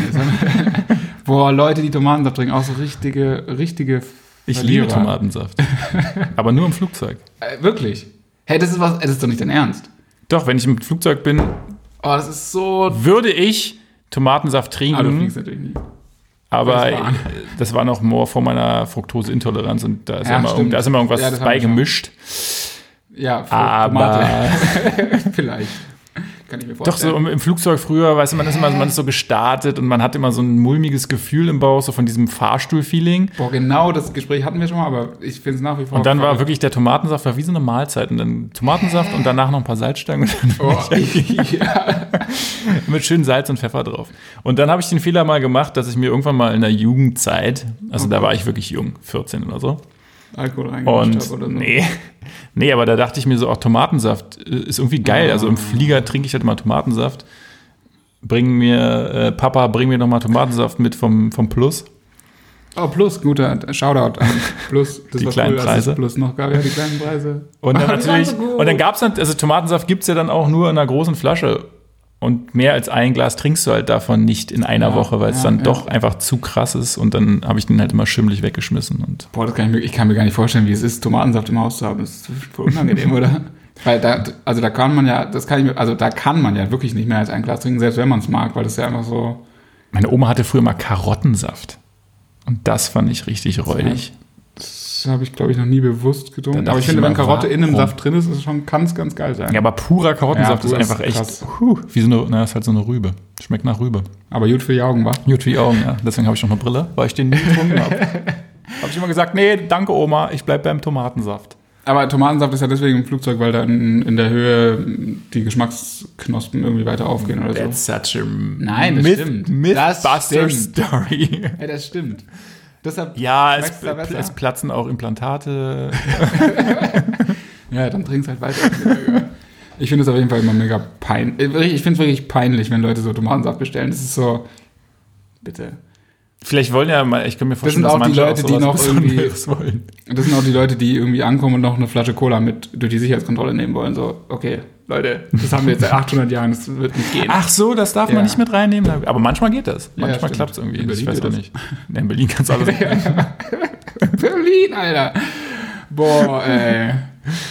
Speaker 2: Boah, Leute, die Tomatensaft trinken, auch so richtige, richtige
Speaker 1: Ich liebe Tomatensaft. Aber nur im Flugzeug.
Speaker 2: Äh, wirklich? Hey, das ist was, das ist doch nicht dein Ernst.
Speaker 1: Doch, wenn ich im Flugzeug bin,
Speaker 2: oh, das ist so.
Speaker 1: Würde ich Tomatensaft trinken.
Speaker 2: Ah, du fliegst natürlich nie.
Speaker 1: Aber das war noch more vor meiner Fructoseintoleranz und da ist, ja, immer, da ist immer irgendwas
Speaker 2: ja,
Speaker 1: beigemischt.
Speaker 2: Ja,
Speaker 1: aber
Speaker 2: vielleicht. Kann ich mir
Speaker 1: Doch, so im Flugzeug früher, weißt du, man ist immer man ist so gestartet und man hat immer so ein mulmiges Gefühl im Bauch, so von diesem Fahrstuhl-Feeling.
Speaker 2: Boah, genau, das Gespräch hatten wir schon mal, aber ich finde es nach wie vor.
Speaker 1: Und dann war wirklich der Tomatensaft war wie so eine Mahlzeit. Und dann Tomatensaft und danach noch ein paar Salzstangen. Und dann oh, ja. Mit schön Salz und Pfeffer drauf. Und dann habe ich den Fehler mal gemacht, dass ich mir irgendwann mal in der Jugendzeit, also okay. da war ich wirklich jung, vierzehn oder so.
Speaker 2: Alkohol reingemischt
Speaker 1: habe oder so. Nee. nee, aber da dachte ich mir so, auch Tomatensaft ist irgendwie geil. Ah. Also im Flieger trinke ich halt immer Tomatensaft. Bring mir, äh, Papa, bring mir noch mal Tomatensaft mit vom, vom Plus.
Speaker 2: Oh, Plus, guter Shoutout an Plus. Das
Speaker 1: die
Speaker 2: war
Speaker 1: kleinen
Speaker 2: cool,
Speaker 1: Preise.
Speaker 2: Plus noch gab, ja, die kleinen Preise.
Speaker 1: Und dann natürlich, so und dann gab es dann, also Tomatensaft gibt es ja dann auch nur in einer großen Flasche. Und mehr als ein Glas trinkst du halt davon nicht in einer ja, Woche, weil es ja, dann ja. doch einfach zu krass ist. Und dann habe ich den halt immer schimmlich weggeschmissen. Und
Speaker 2: Boah, das kann ich, mir, ich kann mir gar nicht vorstellen, wie es ist, Tomatensaft im Haus zu haben. Das ist voll unangenehm, oder? Weil da, also da kann man ja, das kann ich mir, also da kann man ja wirklich nicht mehr als ein Glas trinken, selbst wenn man es mag, weil das ja einfach so.
Speaker 1: Meine Oma hatte früher mal Karottensaft. Und das fand ich richtig räudig.
Speaker 2: Das habe ich, glaube ich, noch nie bewusst getrunken. Aber ich finde, wenn Karotte in einem Saft drin ist, ist schon, kann es ganz geil sein.
Speaker 1: Ja, aber purer Karottensaft ja, ist einfach echt krass. Huh, wie so eine, na, ist halt so eine Rübe. Schmeckt nach Rübe.
Speaker 2: Aber gut für die Augen, wa?
Speaker 1: Gut für die Augen, ja. Deswegen habe ich noch eine Brille, weil ich den nie getrunken habe. Habe ich immer gesagt, nee, danke Oma, ich bleib beim Tomatensaft.
Speaker 2: Aber Tomatensaft ist ja deswegen im Flugzeug, weil da in, in der Höhe die Geschmacksknospen irgendwie weiter aufgehen oder so.
Speaker 1: That's such a
Speaker 2: Nein, das
Speaker 1: myth,
Speaker 2: stimmt.
Speaker 1: Mythbuster Story.
Speaker 2: Ja, das stimmt. Deshalb
Speaker 1: ja, es, es platzen auch Implantate.
Speaker 2: Ja, dann trink's halt weiter. Ich finde es auf jeden Fall immer mega peinlich. Ich finde es wirklich peinlich, wenn Leute so Tomatensaft bestellen. Das ist so, bitte.
Speaker 1: Vielleicht wollen ja mal, ich kann mir vorstellen,
Speaker 2: das sind auch die Leute, die noch irgendwie,
Speaker 1: wollen.
Speaker 2: Das sind auch die Leute, die irgendwie ankommen und noch eine Flasche Cola mit durch die Sicherheitskontrolle nehmen wollen. So, okay, Leute, das haben wir jetzt seit achthundert Jahren, das wird nicht gehen.
Speaker 1: Ach so, das darf ja. man nicht mit reinnehmen. Aber manchmal geht das. Manchmal
Speaker 2: ja,
Speaker 1: klappt es irgendwie.
Speaker 2: In
Speaker 1: ich weiß auch nicht. Ja, in Berlin kannst du alles.
Speaker 2: Berlin, Alter. Boah, ey.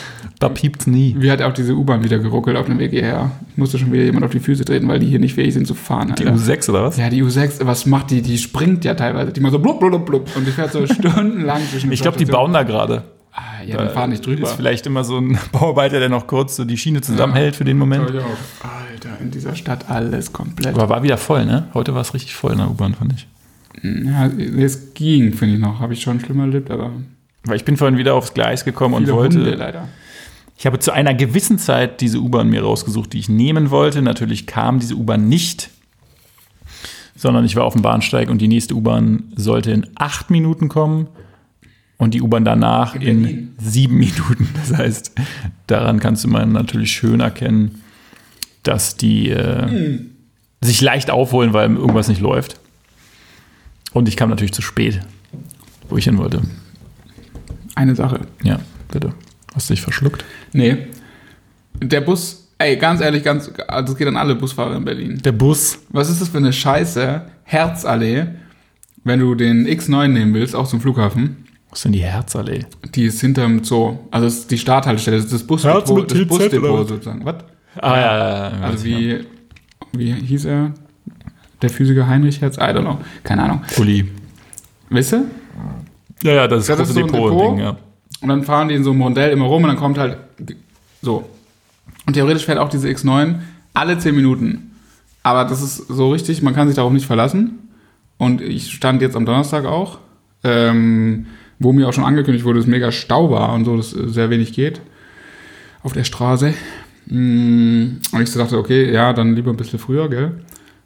Speaker 1: Da piept's nie.
Speaker 2: Wie hat auch diese U-Bahn wieder geruckelt auf dem Weg hierher? Ich musste schon wieder jemand auf die Füße treten, weil die hier nicht fähig sind zu fahren. Alter.
Speaker 1: Die U sechs oder was?
Speaker 2: Ja, die U sechs, was macht die? Die springt ja teilweise. Die mal so blub, blub, blub. Und die fährt so stundenlang zwischen den
Speaker 1: Ich glaube, die bauen da gerade.
Speaker 2: Ah, ja, dann fahr nicht drüber.
Speaker 1: Ist vielleicht immer so ein Bauarbeiter, der noch kurz so die Schiene zusammenhält ja, für den Moment.
Speaker 2: Ich auch. Alter, in dieser Stadt alles komplett.
Speaker 1: Aber war wieder voll, ne? Heute war es richtig voll in der U-Bahn, fand ich.
Speaker 2: Ja, es ging, finde ich noch. Habe ich schon schlimmer erlebt, aber...
Speaker 1: Weil ich bin vorhin wieder aufs Gleis gekommen
Speaker 2: Viele
Speaker 1: und wollte...
Speaker 2: Hunde, leider.
Speaker 1: Ich habe zu einer gewissen Zeit diese U-Bahn mir rausgesucht, die ich nehmen wollte. Natürlich kam diese U-Bahn nicht, sondern ich war auf dem Bahnsteig und die nächste U-Bahn sollte in acht Minuten kommen und die U-Bahn danach in, in sieben Minuten. Das heißt, daran kannst du mal natürlich schön erkennen, dass die äh, mhm. sich leicht aufholen, weil irgendwas nicht läuft. Und ich kam natürlich zu spät, wo ich hin wollte.
Speaker 2: Eine Sache.
Speaker 1: Ja, bitte. Hast du dich verschluckt?
Speaker 2: Nee. Der Bus, ey, ganz ehrlich, ganz, also es geht an alle Busfahrer in Berlin.
Speaker 1: Der Bus.
Speaker 2: Was ist das für eine Scheiße? Herzallee, wenn du den X neun nehmen willst, auch zum Flughafen.
Speaker 1: Was ist denn die Herzallee?
Speaker 2: Die ist hinterm Zoo. Also das ist die Starthaltestelle, das ist das Busdepot, das Busdepot sozusagen. Was?
Speaker 1: Ah, ja, ja, ja.
Speaker 2: Also wie, wie hieß er? Der Physiker Heinrich Hertz? I don't know. Keine Ahnung.
Speaker 1: Uli.
Speaker 2: Weißt du?
Speaker 1: Ja, ja, das,
Speaker 2: das
Speaker 1: große
Speaker 2: ist so ein
Speaker 1: Depot-Ding,
Speaker 2: Depot,
Speaker 1: ja.
Speaker 2: Und dann fahren die in so einem Rondell immer rum und dann kommt halt so. Und theoretisch fährt auch diese X neun alle zehn Minuten. Aber das ist so richtig, man kann sich darauf nicht verlassen. Und ich stand jetzt am Donnerstag auch, ähm, wo mir auch schon angekündigt wurde, dass es mega Stau war und so, dass sehr wenig geht auf der Straße. Und ich so dachte, okay, ja, dann lieber ein bisschen früher, gell?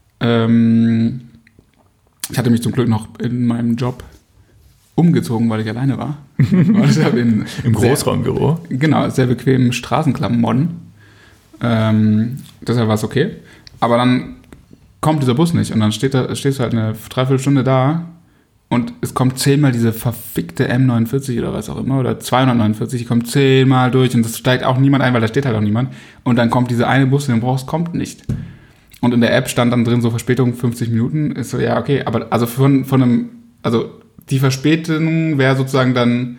Speaker 2: Ähm, ich hatte mich zum Glück noch in meinem Job umgezogen, weil ich alleine war. Also in
Speaker 1: Im Großraumbüro?
Speaker 2: Genau, sehr bequemen Straßenklamotten. Ähm, deshalb war es okay. Aber dann kommt dieser Bus nicht und dann steht da, stehst du halt eine Dreiviertelstunde da und es kommt zehnmal diese verfickte M neunundvierzig oder was auch immer oder zweihundertneunundvierzig, die kommt zehnmal durch und es steigt auch niemand ein, weil da steht halt auch niemand. Und dann kommt dieser eine Bus, den du brauchst, kommt nicht. Und in der App stand dann drin so Verspätung fünfzig Minuten. Ist so, ja, okay, aber also von, von einem, also die Verspätung wäre sozusagen dann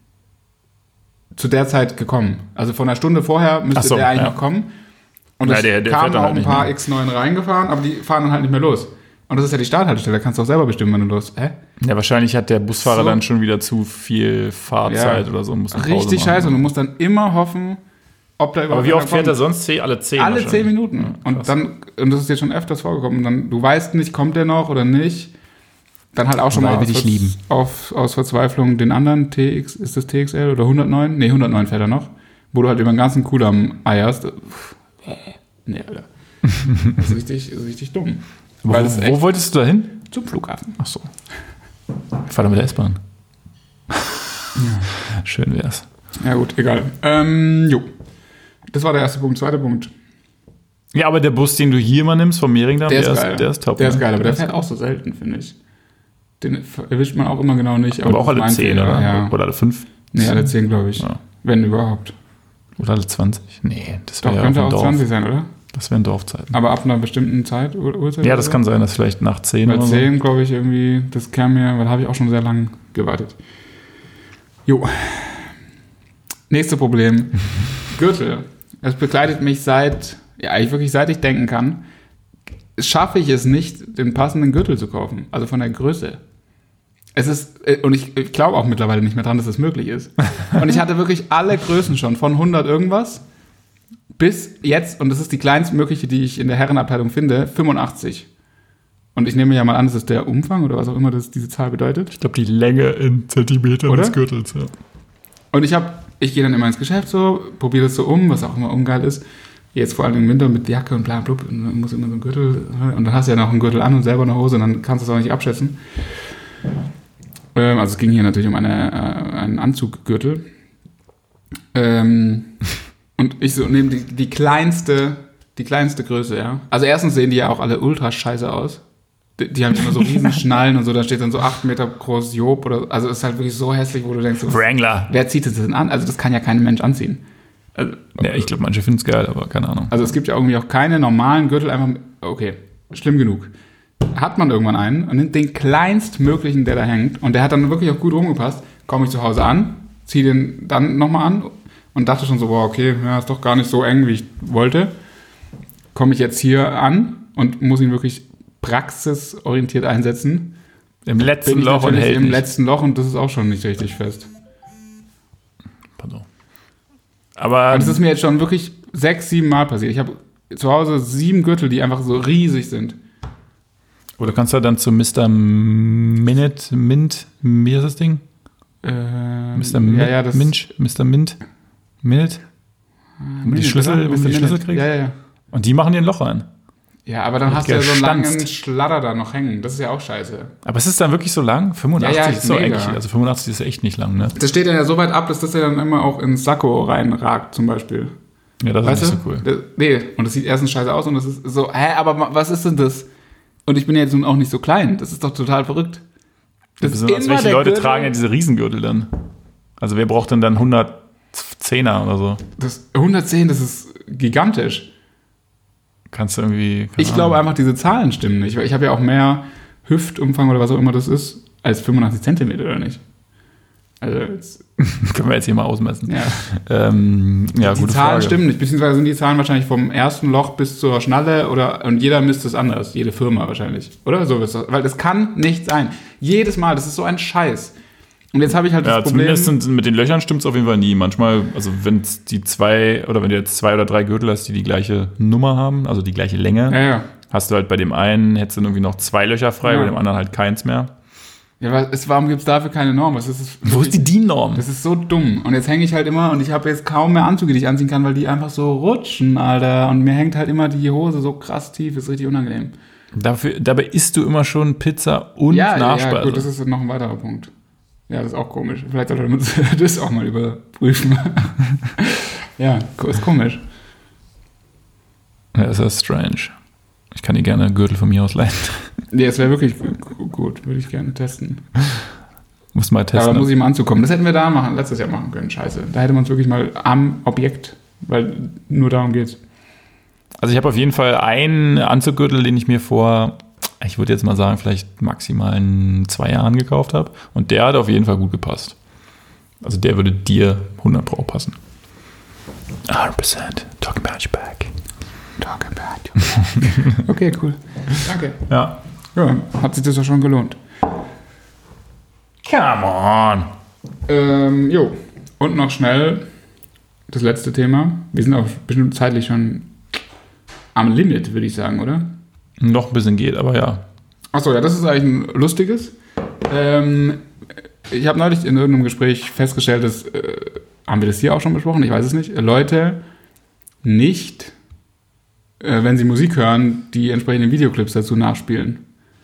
Speaker 2: zu der Zeit gekommen. Also von einer Stunde vorher müsste so, der eigentlich ja. noch kommen. Und es ja, der, der kamen auch halt ein paar X neun reingefahren, aber die fahren dann halt nicht mehr los. Und das ist ja die Starthaltestelle, da kannst du auch selber bestimmen, wenn du los. Hä?
Speaker 1: Ja, wahrscheinlich hat der Busfahrer so. dann schon wieder zu viel Fahrzeit ja. oder so. Und muss
Speaker 2: richtig scheiße und du musst dann immer hoffen, ob da überhaupt.
Speaker 1: Aber wie oft fährt er sonst? Alle zehn
Speaker 2: Alle zehn Minuten. Ja, und dann, und das ist jetzt schon öfters vorgekommen, und dann, du weißt nicht, kommt der noch oder nicht. Dann halt auch schon
Speaker 1: Weil
Speaker 2: mal aus,
Speaker 1: lieben.
Speaker 2: Auf, aus Verzweiflung den anderen T X, ist das T X L oder hundertneun? Nee, hundertneun fährt er noch. Wo du halt über den ganzen Kudamm eierst. Nee, Alter. Das ist richtig, ist richtig dumm.
Speaker 1: Wo,
Speaker 2: Weil
Speaker 1: wo wolltest du da hin?
Speaker 2: Zum Flughafen.
Speaker 1: Ach so. Fahr doch mit der S-Bahn. Ja. Schön wär's.
Speaker 2: Ja gut, egal. Ähm, jo. Das war der erste Punkt. Zweiter Punkt.
Speaker 1: Ja, aber der Bus, den du hier mal nimmst, vom Mehringdamm,
Speaker 2: der, der,
Speaker 1: ist,
Speaker 2: geil.
Speaker 1: der ist top.
Speaker 2: Der
Speaker 1: ne?
Speaker 2: ist geil, aber der fährt auch so selten, finde ich. Den erwischt man auch immer genau nicht.
Speaker 1: Aber, aber auch alle zehn, oder?
Speaker 2: Ja.
Speaker 1: Oder alle fünf?
Speaker 2: Nee, alle zehn, glaube ich. Ja. Wenn überhaupt.
Speaker 1: Oder alle zwanzig? Nee, das wäre
Speaker 2: ja könnte auch Dorf. zwanzig sein, oder?
Speaker 1: Das wären Dorfzeiten.
Speaker 2: Aber ab einer bestimmten Zeit, Uhrzeit?
Speaker 1: Ja, das kann sein, dass vielleicht nach zehn
Speaker 2: Bei
Speaker 1: oder
Speaker 2: zehn, so. glaube ich, irgendwie, das kam mir, weil da habe ich auch schon sehr lange gewartet. Jo. Nächstes Problem. Gürtel. Es begleitet mich seit, ja, eigentlich wirklich seit ich denken kann, schaffe ich es nicht, den passenden Gürtel zu kaufen. Also von der Größe. Es ist, und ich, ich glaube auch mittlerweile nicht mehr dran, dass es möglich ist. Und ich hatte wirklich alle Größen schon, von hundert irgendwas bis jetzt, und das ist die kleinstmögliche, die ich in der Herrenabteilung finde, fünfundachtzig. Und ich nehme ja mal an, das ist der Umfang oder was auch immer das diese Zahl bedeutet.
Speaker 1: Ich glaube, die Länge in Zentimetern
Speaker 2: oder?
Speaker 1: des Gürtels, ja.
Speaker 2: Und ich habe, ich gehe dann immer ins Geschäft so, probiere das so um, was auch immer ungeil ist. Jetzt vor allem im Winter mit Jacke und bla bla, und dann muss immer so ein Gürtel, und dann hast du ja noch einen Gürtel an und selber eine Hose, und dann kannst du es auch nicht abschätzen. Ähm, also es ging hier natürlich um eine, äh, einen Anzuggürtel. Ähm, und ich so nehme die, die kleinste, die kleinste Größe, ja. Also erstens sehen die ja auch alle ultra scheiße aus. Die, die haben immer so riesen Schnallen und so, da steht dann so acht Meter groß Job oder, also es ist halt wirklich so hässlich, wo du denkst, so,
Speaker 1: Wrangler.
Speaker 2: Wer zieht das denn an? Also das kann ja kein Mensch anziehen.
Speaker 1: Also, ja, ich glaube, manche finden es geil, aber keine Ahnung.
Speaker 2: Also es gibt ja irgendwie auch keine normalen Gürtel, einfach, okay, schlimm genug. Hat man irgendwann einen und nimmt den kleinstmöglichen, der da hängt, und der hat dann wirklich auch gut rumgepasst, komme ich zu Hause an, ziehe den dann nochmal an und dachte schon so, boah, okay, ja, ist doch gar nicht so eng, wie ich wollte. Komme ich jetzt hier an und muss ihn wirklich praxisorientiert einsetzen.
Speaker 1: Im letzten
Speaker 2: Bin ich
Speaker 1: Loch und
Speaker 2: natürlich
Speaker 1: hält
Speaker 2: im
Speaker 1: nicht.
Speaker 2: letzten Loch und das ist auch schon nicht richtig fest.
Speaker 1: Pardon. Aber
Speaker 2: Und es ist mir jetzt schon wirklich sechs, sieben Mal passiert. Ich habe zu Hause sieben Gürtel, die einfach so riesig sind.
Speaker 1: oder kannst du dann zu Mister Minute, Mint, wie ist das Ding?
Speaker 2: Ähm,
Speaker 1: Mister Mint,
Speaker 2: ja, ja, das
Speaker 1: Minch, Mister Mint, Minute? Wo die Schlüssel, wo du die Schlüssel kriegst?
Speaker 2: Ja, ja, ja.
Speaker 1: Und die machen dir ein Loch rein.
Speaker 2: Ja, aber dann
Speaker 1: Wird
Speaker 2: hast du ja so einen langen
Speaker 1: gestanzt.
Speaker 2: Schladder da noch hängen. Das ist ja auch scheiße.
Speaker 1: Aber es ist dann wirklich so lang? fünfundachtzig
Speaker 2: Ja, ja,
Speaker 1: ist so
Speaker 2: mega.
Speaker 1: eigentlich, also fünfundachtzig ist echt nicht lang, ne?
Speaker 2: Das steht ja so weit ab, dass das ja dann immer auch ins Sakko reinragt, zum Beispiel.
Speaker 1: Ja, das
Speaker 2: Weißt
Speaker 1: ist
Speaker 2: du?
Speaker 1: nicht so cool.
Speaker 2: Das, nee, und das sieht erstens scheiße aus und das ist so, hä, aber ma- was ist denn das? Und ich bin ja jetzt nun auch nicht so klein. Das ist doch total verrückt. Das ist
Speaker 1: Besonders
Speaker 2: immer
Speaker 1: welche
Speaker 2: der
Speaker 1: Leute
Speaker 2: Gürtel.
Speaker 1: tragen ja diese Riesengürtel dann? Also wer braucht denn dann hundertzehner oder so?
Speaker 2: Das hundertzehn, das ist gigantisch.
Speaker 1: Kannst du irgendwie... keine
Speaker 2: Ich
Speaker 1: Ahnung.
Speaker 2: glaube einfach, diese Zahlen stimmen nicht. Weil ich habe ja auch mehr Hüftumfang oder was auch immer das ist, als fünfundachtzig Zentimeter, oder nicht? Also, jetzt,
Speaker 1: Können wir jetzt hier mal ausmessen.
Speaker 2: ja.
Speaker 1: Ähm, ja,
Speaker 2: Die
Speaker 1: gute
Speaker 2: Zahlen
Speaker 1: Frage.
Speaker 2: stimmen nicht, beziehungsweise sind die Zahlen wahrscheinlich vom ersten Loch bis zur Schnalle oder und jeder misst es anders, jede Firma wahrscheinlich, oder? So ist das, weil das kann nicht sein. Jedes Mal, das ist so ein Scheiß. Und jetzt habe ich halt das
Speaker 1: Ja,
Speaker 2: Problem.
Speaker 1: zumindest sind, mit den Löchern stimmt es auf jeden Fall nie. Manchmal, also wenn es die zwei, oder wenn du jetzt zwei oder drei Gürtel hast, die die gleiche Nummer haben, also die gleiche Länge,
Speaker 2: ja, ja.
Speaker 1: hast du halt bei dem einen, hättest du irgendwie noch zwei Löcher frei,
Speaker 2: Ja.
Speaker 1: bei dem anderen halt keins mehr.
Speaker 2: Ja, aber es, warum gibt es dafür keine Norm? Was ist das?
Speaker 1: Wo ist die D I N-Norm?
Speaker 2: Das ist so dumm. Und jetzt hänge ich halt immer und ich habe jetzt kaum mehr Anzüge, die ich anziehen kann, weil die einfach so rutschen, Alter. Und mir hängt halt immer die Hose so krass tief, ist richtig unangenehm.
Speaker 1: Dafür, dabei isst du immer schon Pizza und
Speaker 2: ja,
Speaker 1: Nachspeise.
Speaker 2: ja, gut, das ist noch ein weiterer Punkt. Ja, das ist auch komisch. Vielleicht sollte man das auch mal überprüfen. Ja, ist komisch.
Speaker 1: Ja, das ist strange. Ich kann dir gerne Gürtel von mir aus leihen.
Speaker 2: Nee, es wäre wirklich gu- gut. Würde ich gerne testen.
Speaker 1: Muss mal
Speaker 2: Ja,
Speaker 1: testen.
Speaker 2: aber muss ich mal anzukommen. Das hätten wir da machen, letztes Jahr machen können. Scheiße. Da hätte man es wirklich mal am Objekt, weil nur darum geht's.
Speaker 1: Also ich habe auf jeden Fall einen Anzuggürtel, den ich mir vor, ich würde jetzt mal sagen, vielleicht maximal in zwei Jahren gekauft habe. Und der hat auf jeden Fall gut gepasst. Also der würde dir hundert Pro passen. hundert Prozent. Talk about your back.
Speaker 2: Talk about you. Okay, cool. Danke.
Speaker 1: Ja.
Speaker 2: Ja, hat sich das ja schon gelohnt.
Speaker 1: Come on.
Speaker 2: Ähm, jo. Und noch schnell das letzte Thema. Wir sind auch bestimmt zeitlich schon am Limit, würde ich sagen, oder?
Speaker 1: Noch ein bisschen geht, aber ja.
Speaker 2: Achso, ja, das ist eigentlich ein lustiges. Ähm, ich habe neulich in irgendeinem Gespräch festgestellt, dass, äh, haben wir das hier auch schon besprochen? Ich weiß es nicht. Leute nicht, äh, wenn sie Musik hören, die entsprechenden Videoclips dazu nachspielen.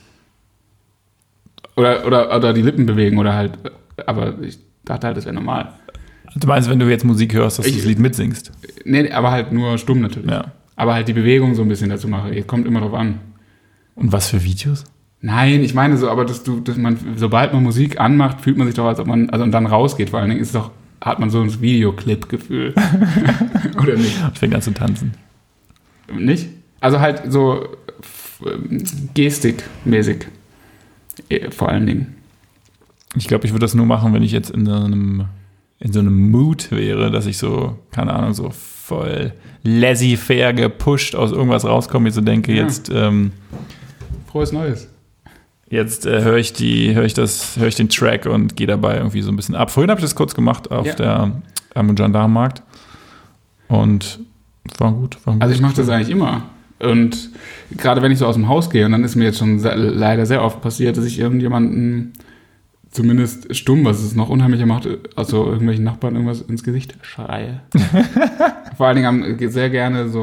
Speaker 2: Oder, oder, oder die Lippen bewegen oder halt, aber ich dachte halt, das wäre normal.
Speaker 1: Du meinst, wenn du jetzt Musik hörst, dass
Speaker 2: Ich-
Speaker 1: du das Lied mitsingst?
Speaker 2: Nee, aber halt nur stumm natürlich.
Speaker 1: Ja.
Speaker 2: Aber halt die Bewegung so ein bisschen dazu mache. Kommt immer drauf an.
Speaker 1: Und was für Videos?
Speaker 2: Nein, ich meine so, aber dass du, dass man, sobald man Musik anmacht, fühlt man sich doch, als ob man, also und dann rausgeht vor allen Dingen, ist doch, hat man so ein Videoclip-Gefühl. Oder nicht?
Speaker 1: Fängt an zu tanzen.
Speaker 2: Nicht? Also halt so f- gestikmäßig. Eh, Vor allen Dingen.
Speaker 1: Ich glaube, ich würde das nur machen, wenn ich jetzt in so einem, in so einem Mood wäre, dass ich so, keine Ahnung, so voll laissez-faire gepusht aus irgendwas rauskomme, ich so denke,
Speaker 2: Ja.
Speaker 1: jetzt, ähm,
Speaker 2: Frohes Neues.
Speaker 1: jetzt äh, höre ich die, höre ich das, höre ich den Track und gehe dabei irgendwie so ein bisschen ab. Vorhin habe ich das kurz gemacht auf
Speaker 2: Ja.
Speaker 1: der am Gendarmenmarkt und war gut. War gut.
Speaker 2: Also ich mache das eigentlich immer. Und gerade wenn ich so aus dem Haus gehe, und dann ist mir jetzt schon sehr, leider sehr oft passiert, dass ich irgendjemanden, zumindest stumm, was es noch unheimlicher macht, also irgendwelchen Nachbarn irgendwas ins Gesicht schreie. Vor allen Dingen haben sehr gerne so,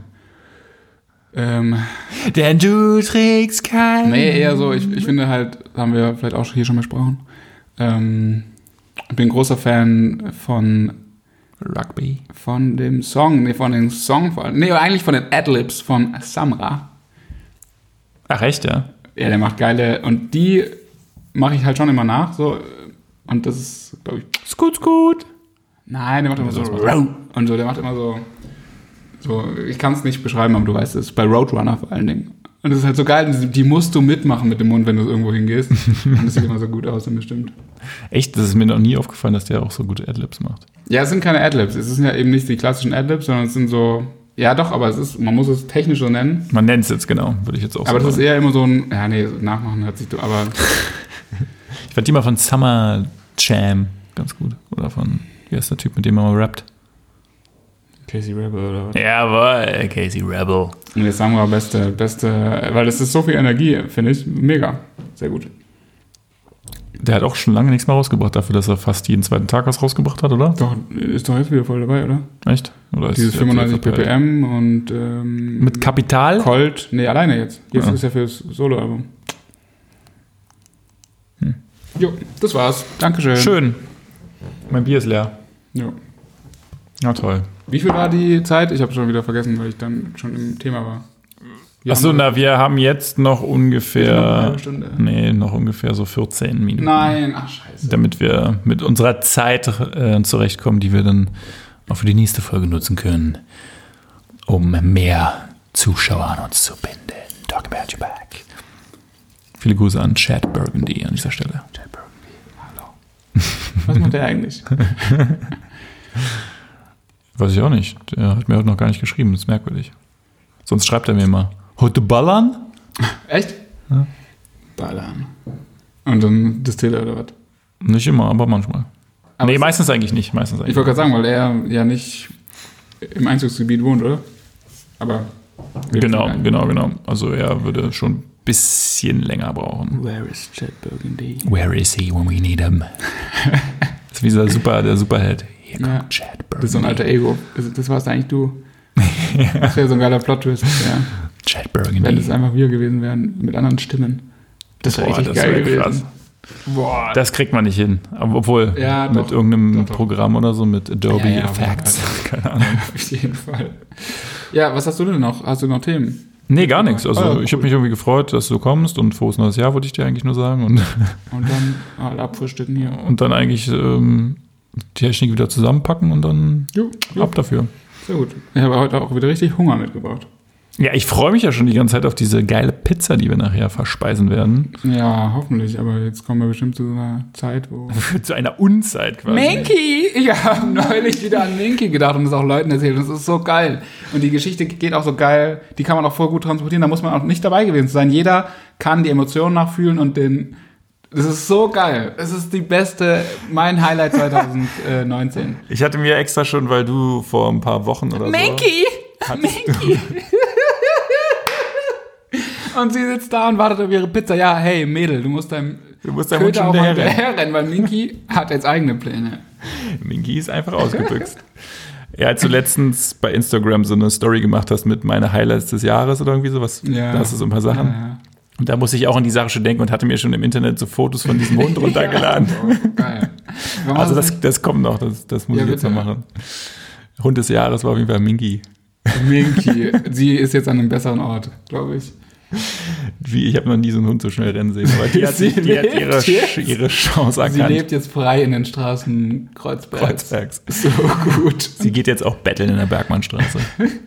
Speaker 2: ähm,
Speaker 1: Denn du trägst kein...
Speaker 2: nee, eher so, ich, ich finde halt, haben wir vielleicht auch hier schon besprochen, ähm, ich bin großer Fan von
Speaker 1: Rugby.
Speaker 2: Von dem Song, nee, von dem Song, von, nee, eigentlich von den Adlibs von Samra.
Speaker 1: Ach, echt, ja?
Speaker 2: Ja, der macht geile, und die mache ich halt schon immer nach, so, und das ist, glaube ich,
Speaker 1: Scoot, scoot.
Speaker 2: nein, der macht immer so,
Speaker 1: Das macht
Speaker 2: und so, der macht immer so, so, ich kann es nicht beschreiben, aber du weißt es, bei Roadrunner vor allen Dingen. Und das ist halt so geil, die musst du mitmachen mit dem Mund, wenn du irgendwo hingehst. Und das sieht immer so gut aus, dann bestimmt.
Speaker 1: Echt? Das ist mir noch nie aufgefallen, dass der auch so gute Adlibs macht.
Speaker 2: Ja, es sind keine Adlibs. Es sind ja eben nicht die klassischen Adlibs, sondern es sind so, ja doch, aber es ist, man muss es technisch so nennen.
Speaker 1: Man nennt es jetzt genau, würde ich jetzt auch
Speaker 2: aber
Speaker 1: so
Speaker 2: das
Speaker 1: sagen.
Speaker 2: ist eher immer so ein, ja nee, nachmachen hat sich, aber...
Speaker 1: Ich fand die mal von Summer Jam ganz gut. Oder von, wie heißt der Typ, mit dem man mal rappt?
Speaker 2: Casey Rebel oder was?
Speaker 1: Jawohl, Casey Rebel.
Speaker 2: Und jetzt sagen wir beste, beste, weil das ist so viel Energie, finde ich. Mega. Sehr gut.
Speaker 1: Der hat auch schon lange nichts mehr rausgebracht, dafür, dass er fast jeden zweiten Tag was rausgebracht hat, oder?
Speaker 2: Doch, ist doch jetzt wieder voll dabei, oder?
Speaker 1: Echt? Oder ist
Speaker 2: Dieses
Speaker 1: der
Speaker 2: fünfundneunzig
Speaker 1: verpeilt?
Speaker 2: ppm und ähm,
Speaker 1: Mit Kapital?
Speaker 2: Colt, nee, alleine jetzt. Jetzt
Speaker 1: Ja.
Speaker 2: ist er fürs Soloalbum.
Speaker 1: Hm.
Speaker 2: Jo, das war's. Dankeschön.
Speaker 1: Schön. Mein Bier ist leer.
Speaker 2: Jo.
Speaker 1: Ja, toll.
Speaker 2: Wie viel war die Zeit? Ich habe schon wieder vergessen, weil ich dann schon im Thema war. Wir
Speaker 1: Achso,
Speaker 2: haben-
Speaker 1: na, wir haben jetzt noch
Speaker 2: Noch eine
Speaker 1: ungefähr.
Speaker 2: halbe Stunde.
Speaker 1: Nee, noch ungefähr so vierzehn Minuten.
Speaker 2: Nein, ach scheiße.
Speaker 1: Damit wir mit unserer Zeit äh, zurechtkommen, die wir dann auch für die nächste Folge nutzen können, um mehr Zuschauer an uns zu binden. Talk about your back. Viele Grüße an Chad Burgundy an dieser Stelle.
Speaker 2: Chad Burgundy, hallo. Was macht der eigentlich?
Speaker 1: Weiß ich auch nicht. Der hat mir heute noch gar nicht geschrieben, das ist merkwürdig. Sonst schreibt er mir immer, heute ballern?
Speaker 2: Echt?
Speaker 1: Ja.
Speaker 2: Ballern. Und dann Distiller oder was?
Speaker 1: Nicht immer, aber manchmal.
Speaker 2: Aber
Speaker 1: nee,
Speaker 2: es-
Speaker 1: meistens eigentlich nicht. Meistens
Speaker 2: Ich
Speaker 1: eigentlich.
Speaker 2: wollte gerade sagen, weil er ja nicht im Einzugsgebiet wohnt, oder? Aber.
Speaker 1: Genau, genau, genau. Also er würde schon ein bisschen länger brauchen.
Speaker 2: Where is Chad Burgundy?
Speaker 1: Where is he when we need him? Das ist wie dieser Super, der Superheld. Hier kommt
Speaker 2: Ja.
Speaker 1: Chad
Speaker 2: Das ist so ein
Speaker 1: Burgundy.
Speaker 2: alter Ego. Das, das warst eigentlich du. Das wäre so ein geiler Plot-Twist, ja.
Speaker 1: Chad
Speaker 2: Wenn
Speaker 1: Burgundy.
Speaker 2: es einfach wir gewesen wären, mit anderen Stimmen. Das wäre
Speaker 1: Boah,
Speaker 2: richtig
Speaker 1: das
Speaker 2: geil
Speaker 1: wär
Speaker 2: gewesen.
Speaker 1: krass.
Speaker 2: Boah.
Speaker 1: Das kriegt man nicht hin. Aber obwohl,
Speaker 2: Ja,
Speaker 1: mit
Speaker 2: doch.
Speaker 1: irgendeinem
Speaker 2: Doch, doch.
Speaker 1: Programm oder so, mit Adobe
Speaker 2: Ja, ja, auf jeden
Speaker 1: Effects. Keine Ahnung.
Speaker 2: Auf jeden Fall. Ja, was hast du denn noch? Hast du noch Themen?
Speaker 1: Nee, gar nichts. Also
Speaker 2: Ah, ja,
Speaker 1: ich habe
Speaker 2: cool.
Speaker 1: mich irgendwie gefreut, dass du kommst und frohes neues Jahr, wollte ich dir eigentlich nur sagen. Und,
Speaker 2: Und dann halt abfrühstücken hier.
Speaker 1: und dann eigentlich ähm, die Technik wieder zusammenpacken und dann
Speaker 2: Jo, jo.
Speaker 1: ab dafür.
Speaker 2: Sehr gut. Ich habe heute auch wieder richtig Hunger mitgebracht.
Speaker 1: Ja, ich freue mich ja schon die ganze Zeit auf diese geile Pizza, die wir nachher verspeisen werden.
Speaker 2: Ja, hoffentlich. Aber jetzt kommen wir bestimmt zu so einer Zeit, wo...
Speaker 1: Zu einer Unzeit quasi.
Speaker 2: Minky! Ich habe neulich wieder an Minky gedacht und das auch Leuten erzählt. Und das ist so geil. Und die Geschichte geht auch so geil. Die kann man auch voll gut transportieren. Da muss man auch nicht dabei gewesen sein. Jeder kann die Emotionen nachfühlen und den... Das ist so geil. Es ist die beste... Mein Highlight zwanzig neunzehn.
Speaker 1: Ich hatte mir extra schon, weil du vor ein paar Wochen oder so...
Speaker 2: Minky! Minky! Und sie sitzt da und wartet auf ihre Pizza. Ja, hey, Mädel, du musst deinem
Speaker 1: Du musst deinem Hund
Speaker 2: Köter
Speaker 1: schon
Speaker 2: auch mal
Speaker 1: hinterherrennen.
Speaker 2: hinterherrennen, weil Minky hat jetzt eigene Pläne.
Speaker 1: Minky ist einfach ausgebüxt. Ja, als du letztens bei Instagram so eine Story gemacht hast mit meine Highlights des Jahres oder irgendwie sowas,
Speaker 2: Ja.
Speaker 1: da hast du so ein paar Sachen.
Speaker 2: Ja, ja.
Speaker 1: Und da musste ich auch an die Sache schon denken und hatte mir schon im Internet so Fotos von diesem Hund runtergeladen.
Speaker 2: Ja, oh, geil. Warum
Speaker 1: Also
Speaker 2: hast du
Speaker 1: das, das kommt noch, das, das muss
Speaker 2: Ja,
Speaker 1: ich jetzt noch
Speaker 2: bitte.
Speaker 1: machen. Hund des Jahres war auf jeden Fall Minky.
Speaker 2: Minky, sie ist jetzt an einem besseren Ort, glaube ich.
Speaker 1: Wie, ich habe noch nie so einen Hund so schnell rennen sehen. Aber die hat,
Speaker 2: Sie
Speaker 1: die hat
Speaker 2: lebt
Speaker 1: ihre,
Speaker 2: jetzt.
Speaker 1: ihre Chance
Speaker 2: Sie
Speaker 1: erkannt.
Speaker 2: lebt jetzt frei in den Straßen Kreuzbergs.
Speaker 1: Kreuzbergs.
Speaker 2: So gut.
Speaker 1: Sie geht jetzt auch betteln in der Bergmannstraße.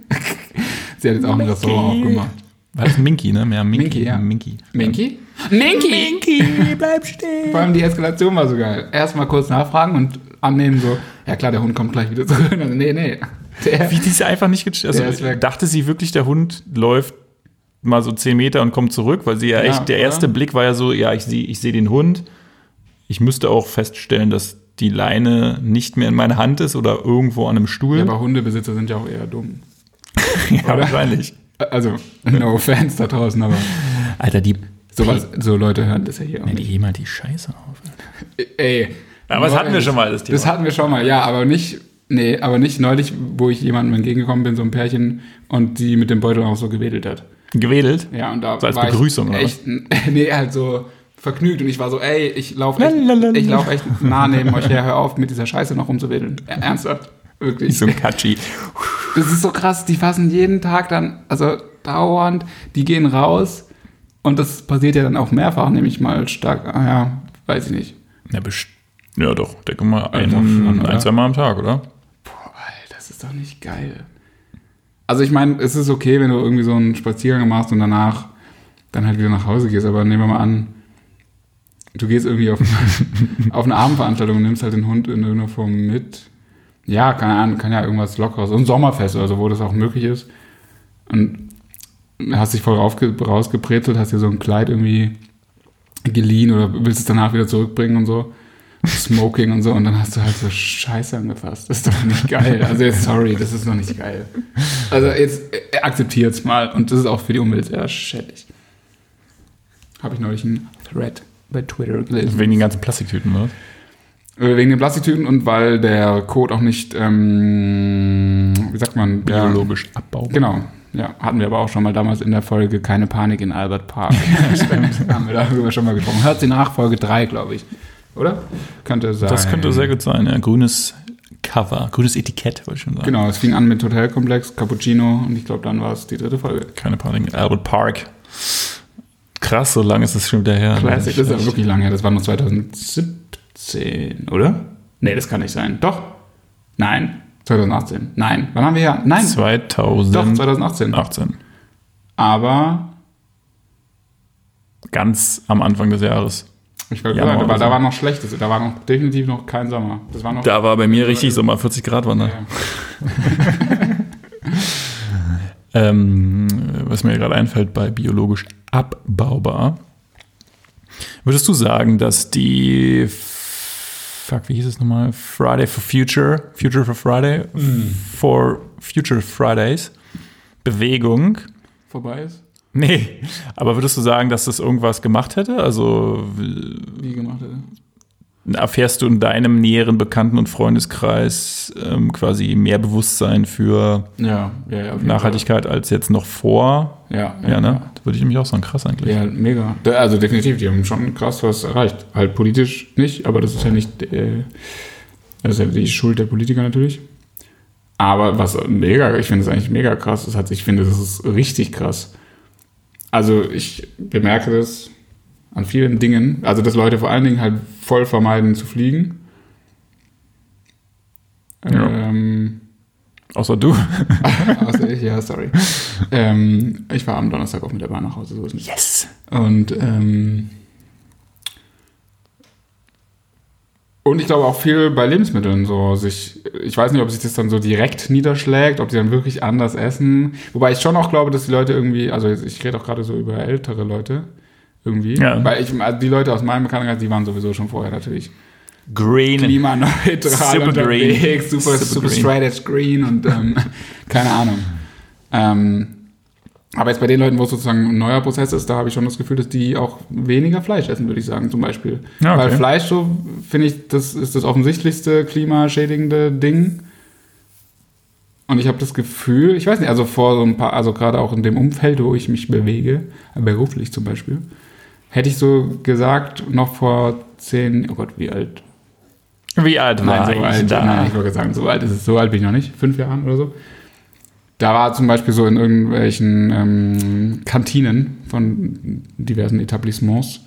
Speaker 2: Sie hat jetzt auch ein Restaurant aufgemacht.
Speaker 1: War das Minky, ne? Mehr Minky.
Speaker 2: Minky, ja.
Speaker 1: Minky.
Speaker 2: Minky? Minky!
Speaker 1: Minky, bleib stehen.
Speaker 2: Vor allem die Eskalation war so geil. Erstmal kurz nachfragen und annehmen so, ja klar, der Hund kommt gleich wieder zurück. Also, nee, nee. Der,
Speaker 1: Wie die ist einfach nicht gecheckt.
Speaker 2: Der ist
Speaker 1: Also,
Speaker 2: weg.
Speaker 1: dachte sie wirklich, der Hund läuft mal so zehn Meter und kommt zurück, weil sie ja,
Speaker 2: Ja,
Speaker 1: echt, der
Speaker 2: oder?
Speaker 1: erste Blick war ja so, ja, ich sehe ich seh den Hund. Ich müsste auch feststellen, dass die Leine nicht mehr in meiner Hand ist oder irgendwo an einem Stuhl.
Speaker 2: ja, aber Hundebesitzer sind ja auch eher dumm.
Speaker 1: Ja,
Speaker 2: oder?
Speaker 1: wahrscheinlich.
Speaker 2: Also, no offense da draußen, aber
Speaker 1: Alter, die,
Speaker 2: sowas, so Leute hören das ja hier auch
Speaker 1: ja, die
Speaker 2: nicht.
Speaker 1: gehen mal die Scheiße auf.
Speaker 2: Ey.
Speaker 1: Aber das hatten wir schon mal, das Thema.
Speaker 2: Das hatten wir schon mal, ja, aber nicht, nee, aber nicht neulich, wo ich jemandem entgegengekommen bin, so ein Pärchen, und die mit dem Beutel auch so gewedelt hat.
Speaker 1: Gewedelt?
Speaker 2: Ja, und da
Speaker 1: So als
Speaker 2: war
Speaker 1: Begrüßung,
Speaker 2: ich
Speaker 1: oder
Speaker 2: echt, nee, halt so vergnügt und ich war so, ey, ich laufe echt,
Speaker 1: Lalalala.
Speaker 2: ich lauf echt nah neben euch her, hör auf, mit dieser Scheiße noch rumzuwedeln. Ja, ernsthaft, wirklich.
Speaker 1: So ein Katschi.
Speaker 2: Das ist so krass, die fassen jeden Tag dann, also dauernd, die gehen raus und das passiert ja dann auch mehrfach, nehme ich mal stark, ah ja, weiß ich nicht.
Speaker 1: Ja, best- ja doch, denke mal, ein,
Speaker 2: Doch schon, oder?
Speaker 1: ein, zwei Mal am Tag, oder?
Speaker 2: Boah, Alter, das ist doch nicht geil. Also ich meine, es ist okay, wenn du irgendwie so einen Spaziergang machst und danach dann halt wieder nach Hause gehst. Aber nehmen wir mal an, du gehst irgendwie auf, auf eine Abendveranstaltung und nimmst halt den Hund in irgendeiner Form mit. Ja, keine Ahnung, kann ja irgendwas Lockeres. So ein Sommerfest oder so, wo das auch möglich ist. Und hast dich voll raufge- rausgebrezelt, hast dir so ein Kleid irgendwie geliehen oder willst es danach wieder zurückbringen und so. Smoking und so. Und dann hast du halt so Scheiße angefasst. Das ist doch nicht geil. Also jetzt, sorry, das ist noch nicht geil. Also jetzt äh, akzeptiert's mal. Und das ist auch für die Umwelt sehr schädlich. Habe ich neulich einen Thread bei Twitter gelesen.
Speaker 1: Wegen den ganzen Plastiktüten, oder?
Speaker 2: Wegen den Plastiktüten und weil der Code auch nicht, ähm, wie sagt man?
Speaker 1: Biologisch ja, abbaubar.
Speaker 2: Genau. Ja, hatten wir aber auch schon mal damals in der Folge Keine Panik in Albert Park. Stimmt, haben wir darüber schon mal gesprochen. Hört sie nach, Folge drei, glaube ich. Oder? Könnte sein.
Speaker 1: Das könnte sehr gut sein, ja. Grünes Cover, grünes Etikett, wollte ich schon sagen.
Speaker 2: Genau, es fing an mit Hotelkomplex, Cappuccino und ich glaube, dann war es die dritte Folge.
Speaker 1: Keine Panik in Albert Park. Krass, so lange ist das schon wieder her.
Speaker 2: Classic, das ist ja wirklich lange her. Das war noch zwanzig siebzehn, oder? Nee, das kann nicht sein. Doch. Nein. zwanzig achtzehn. Nein. Wann haben wir ja? Nein.
Speaker 1: zweitausend
Speaker 2: Doch, zwanzig achtzehn.
Speaker 1: achtzehn.
Speaker 2: Aber
Speaker 1: ganz am Anfang des Jahres.
Speaker 2: Ich wollte sagen, da, da war noch Schlechtes. Da war noch definitiv noch kein Sommer. Das war noch
Speaker 1: da war bei mir richtig Sommer, vierzig Grad waren da.
Speaker 2: Ja.
Speaker 1: ähm, was mir gerade einfällt, bei biologisch abbaubar. Würdest du sagen, dass die Fuck, wie hieß es nochmal? Friday for Future, Future for Friday, mm. for Future Fridays Bewegung
Speaker 2: vorbei ist?
Speaker 1: Nee, aber würdest du sagen, dass das irgendwas gemacht hätte? Also
Speaker 2: wie gemacht hätte?
Speaker 1: Erfährst du in deinem näheren Bekannten- und Freundeskreis ähm, quasi mehr Bewusstsein für
Speaker 2: ja, ja, ja,
Speaker 1: Nachhaltigkeit
Speaker 2: Fall.
Speaker 1: Als jetzt noch vor?
Speaker 2: Ja,
Speaker 1: ja, ja ne? Ja. Da würde ich nämlich auch sagen, krass eigentlich.
Speaker 2: Ja, mega. Also definitiv, die haben schon krass was erreicht. Halt politisch nicht, aber das ist ja nicht, äh, das ist ja die Schuld der Politiker natürlich. Aber was mega, ich finde das eigentlich mega krass, das hat, ich finde, das ist richtig krass. Also ich bemerke das an vielen Dingen, also dass Leute vor allen Dingen halt voll vermeiden zu fliegen.
Speaker 1: Ja.
Speaker 2: Ähm,
Speaker 1: außer du.
Speaker 2: außer ich, ja, sorry. ähm, ich war am Donnerstag auch mit der Bahn nach Hause. So ist nicht.
Speaker 1: Yes!
Speaker 2: Und ähm, Und ich glaube auch viel bei Lebensmitteln so sich, ich weiß nicht, ob sich das dann so direkt niederschlägt, ob die dann wirklich anders essen. Wobei ich schon auch glaube, dass die Leute irgendwie, also ich rede auch gerade so über ältere Leute irgendwie. Ja. Weil ich, also die Leute aus meinem Bekanntenkreis, die waren sowieso schon vorher natürlich
Speaker 1: green,
Speaker 2: klimaneutral
Speaker 1: super
Speaker 2: unterwegs,
Speaker 1: green.
Speaker 2: super, super, super straight edge green und ähm, keine Ahnung. Ähm, aber jetzt bei den Leuten, wo es sozusagen ein neuer Prozess ist, da habe ich schon das Gefühl, dass die auch weniger Fleisch essen, würde ich sagen, zum Beispiel. Ja, okay. Weil Fleisch, so finde ich, das ist das offensichtlichste klimaschädigende Ding. Und ich habe das Gefühl, ich weiß nicht, also vor so ein paar, also gerade auch in dem Umfeld, wo ich mich bewege, beruflich zum Beispiel, hätte ich so gesagt, noch vor zehn, oh Gott, wie alt?
Speaker 1: Wie alt war
Speaker 2: nein, so
Speaker 1: ich
Speaker 2: alt,
Speaker 1: da?
Speaker 2: Nein, ich wollte sagen, so alt ist es, so alt bin ich noch nicht, fünf Jahren oder so. Da war zum Beispiel so in irgendwelchen ähm, Kantinen von diversen Etablissements,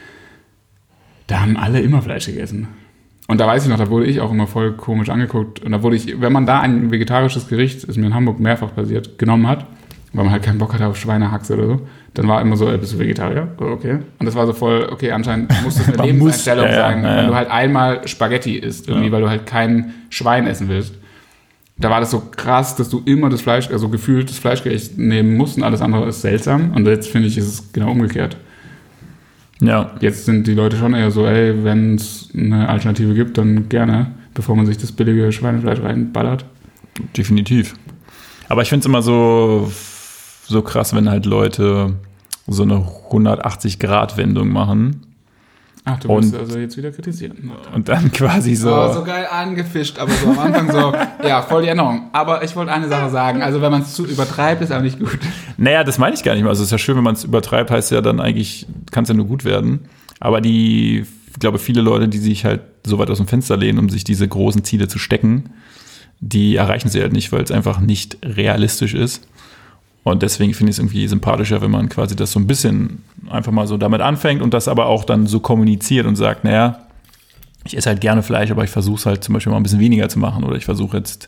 Speaker 2: da haben alle immer Fleisch gegessen. Und da weiß ich noch, da wurde ich auch immer voll komisch angeguckt. Und da wurde ich, wenn man da ein vegetarisches Gericht, ist mir in Hamburg mehrfach passiert, genommen hat, weil man halt keinen Bock hatte auf Schweinehaxe oder so, dann war immer so, äh, bist du Vegetarier? Oh, okay. Und das war so voll, okay, anscheinend muss das eine Lebenseinstellung muss, ja, sein, ja, ja. wenn du halt einmal Spaghetti isst, irgendwie, ja. weil du halt kein Schwein essen willst. Da war das so krass, dass du immer das Fleisch, also gefühlt das Fleischgericht nehmen musst und alles andere ist seltsam. Und jetzt finde ich, ist es genau umgekehrt.
Speaker 1: Ja.
Speaker 2: Jetzt sind die Leute schon eher so, ey, wenn es eine Alternative gibt, dann gerne, bevor man sich das billige Schweinefleisch reinballert.
Speaker 1: Definitiv. Aber ich finde es immer so, so krass, wenn halt Leute so eine hundertachtzig-Grad-Wendung machen.
Speaker 2: Ach, du willst also jetzt wieder kritisieren.
Speaker 1: Und dann quasi so...
Speaker 2: Oh, so geil angefischt, aber so am Anfang so, ja, voll die Änderung. Aber ich wollte eine Sache sagen, also wenn man es zu übertreibt, ist auch nicht gut.
Speaker 1: Naja, das meine ich gar nicht mal. Also es ist ja schön, wenn man es übertreibt, heißt ja dann eigentlich, kann es ja nur gut werden. Aber die, ich glaube, viele Leute, die sich halt so weit aus dem Fenster lehnen, um sich diese großen Ziele zu stecken, die erreichen sie halt nicht, weil es einfach nicht realistisch ist. Und deswegen finde ich es irgendwie sympathischer, wenn man quasi das so ein bisschen einfach mal so damit anfängt und das aber auch dann so kommuniziert und sagt, naja, ich esse halt gerne Fleisch, aber ich versuche es halt zum Beispiel mal ein bisschen weniger zu machen oder ich versuche jetzt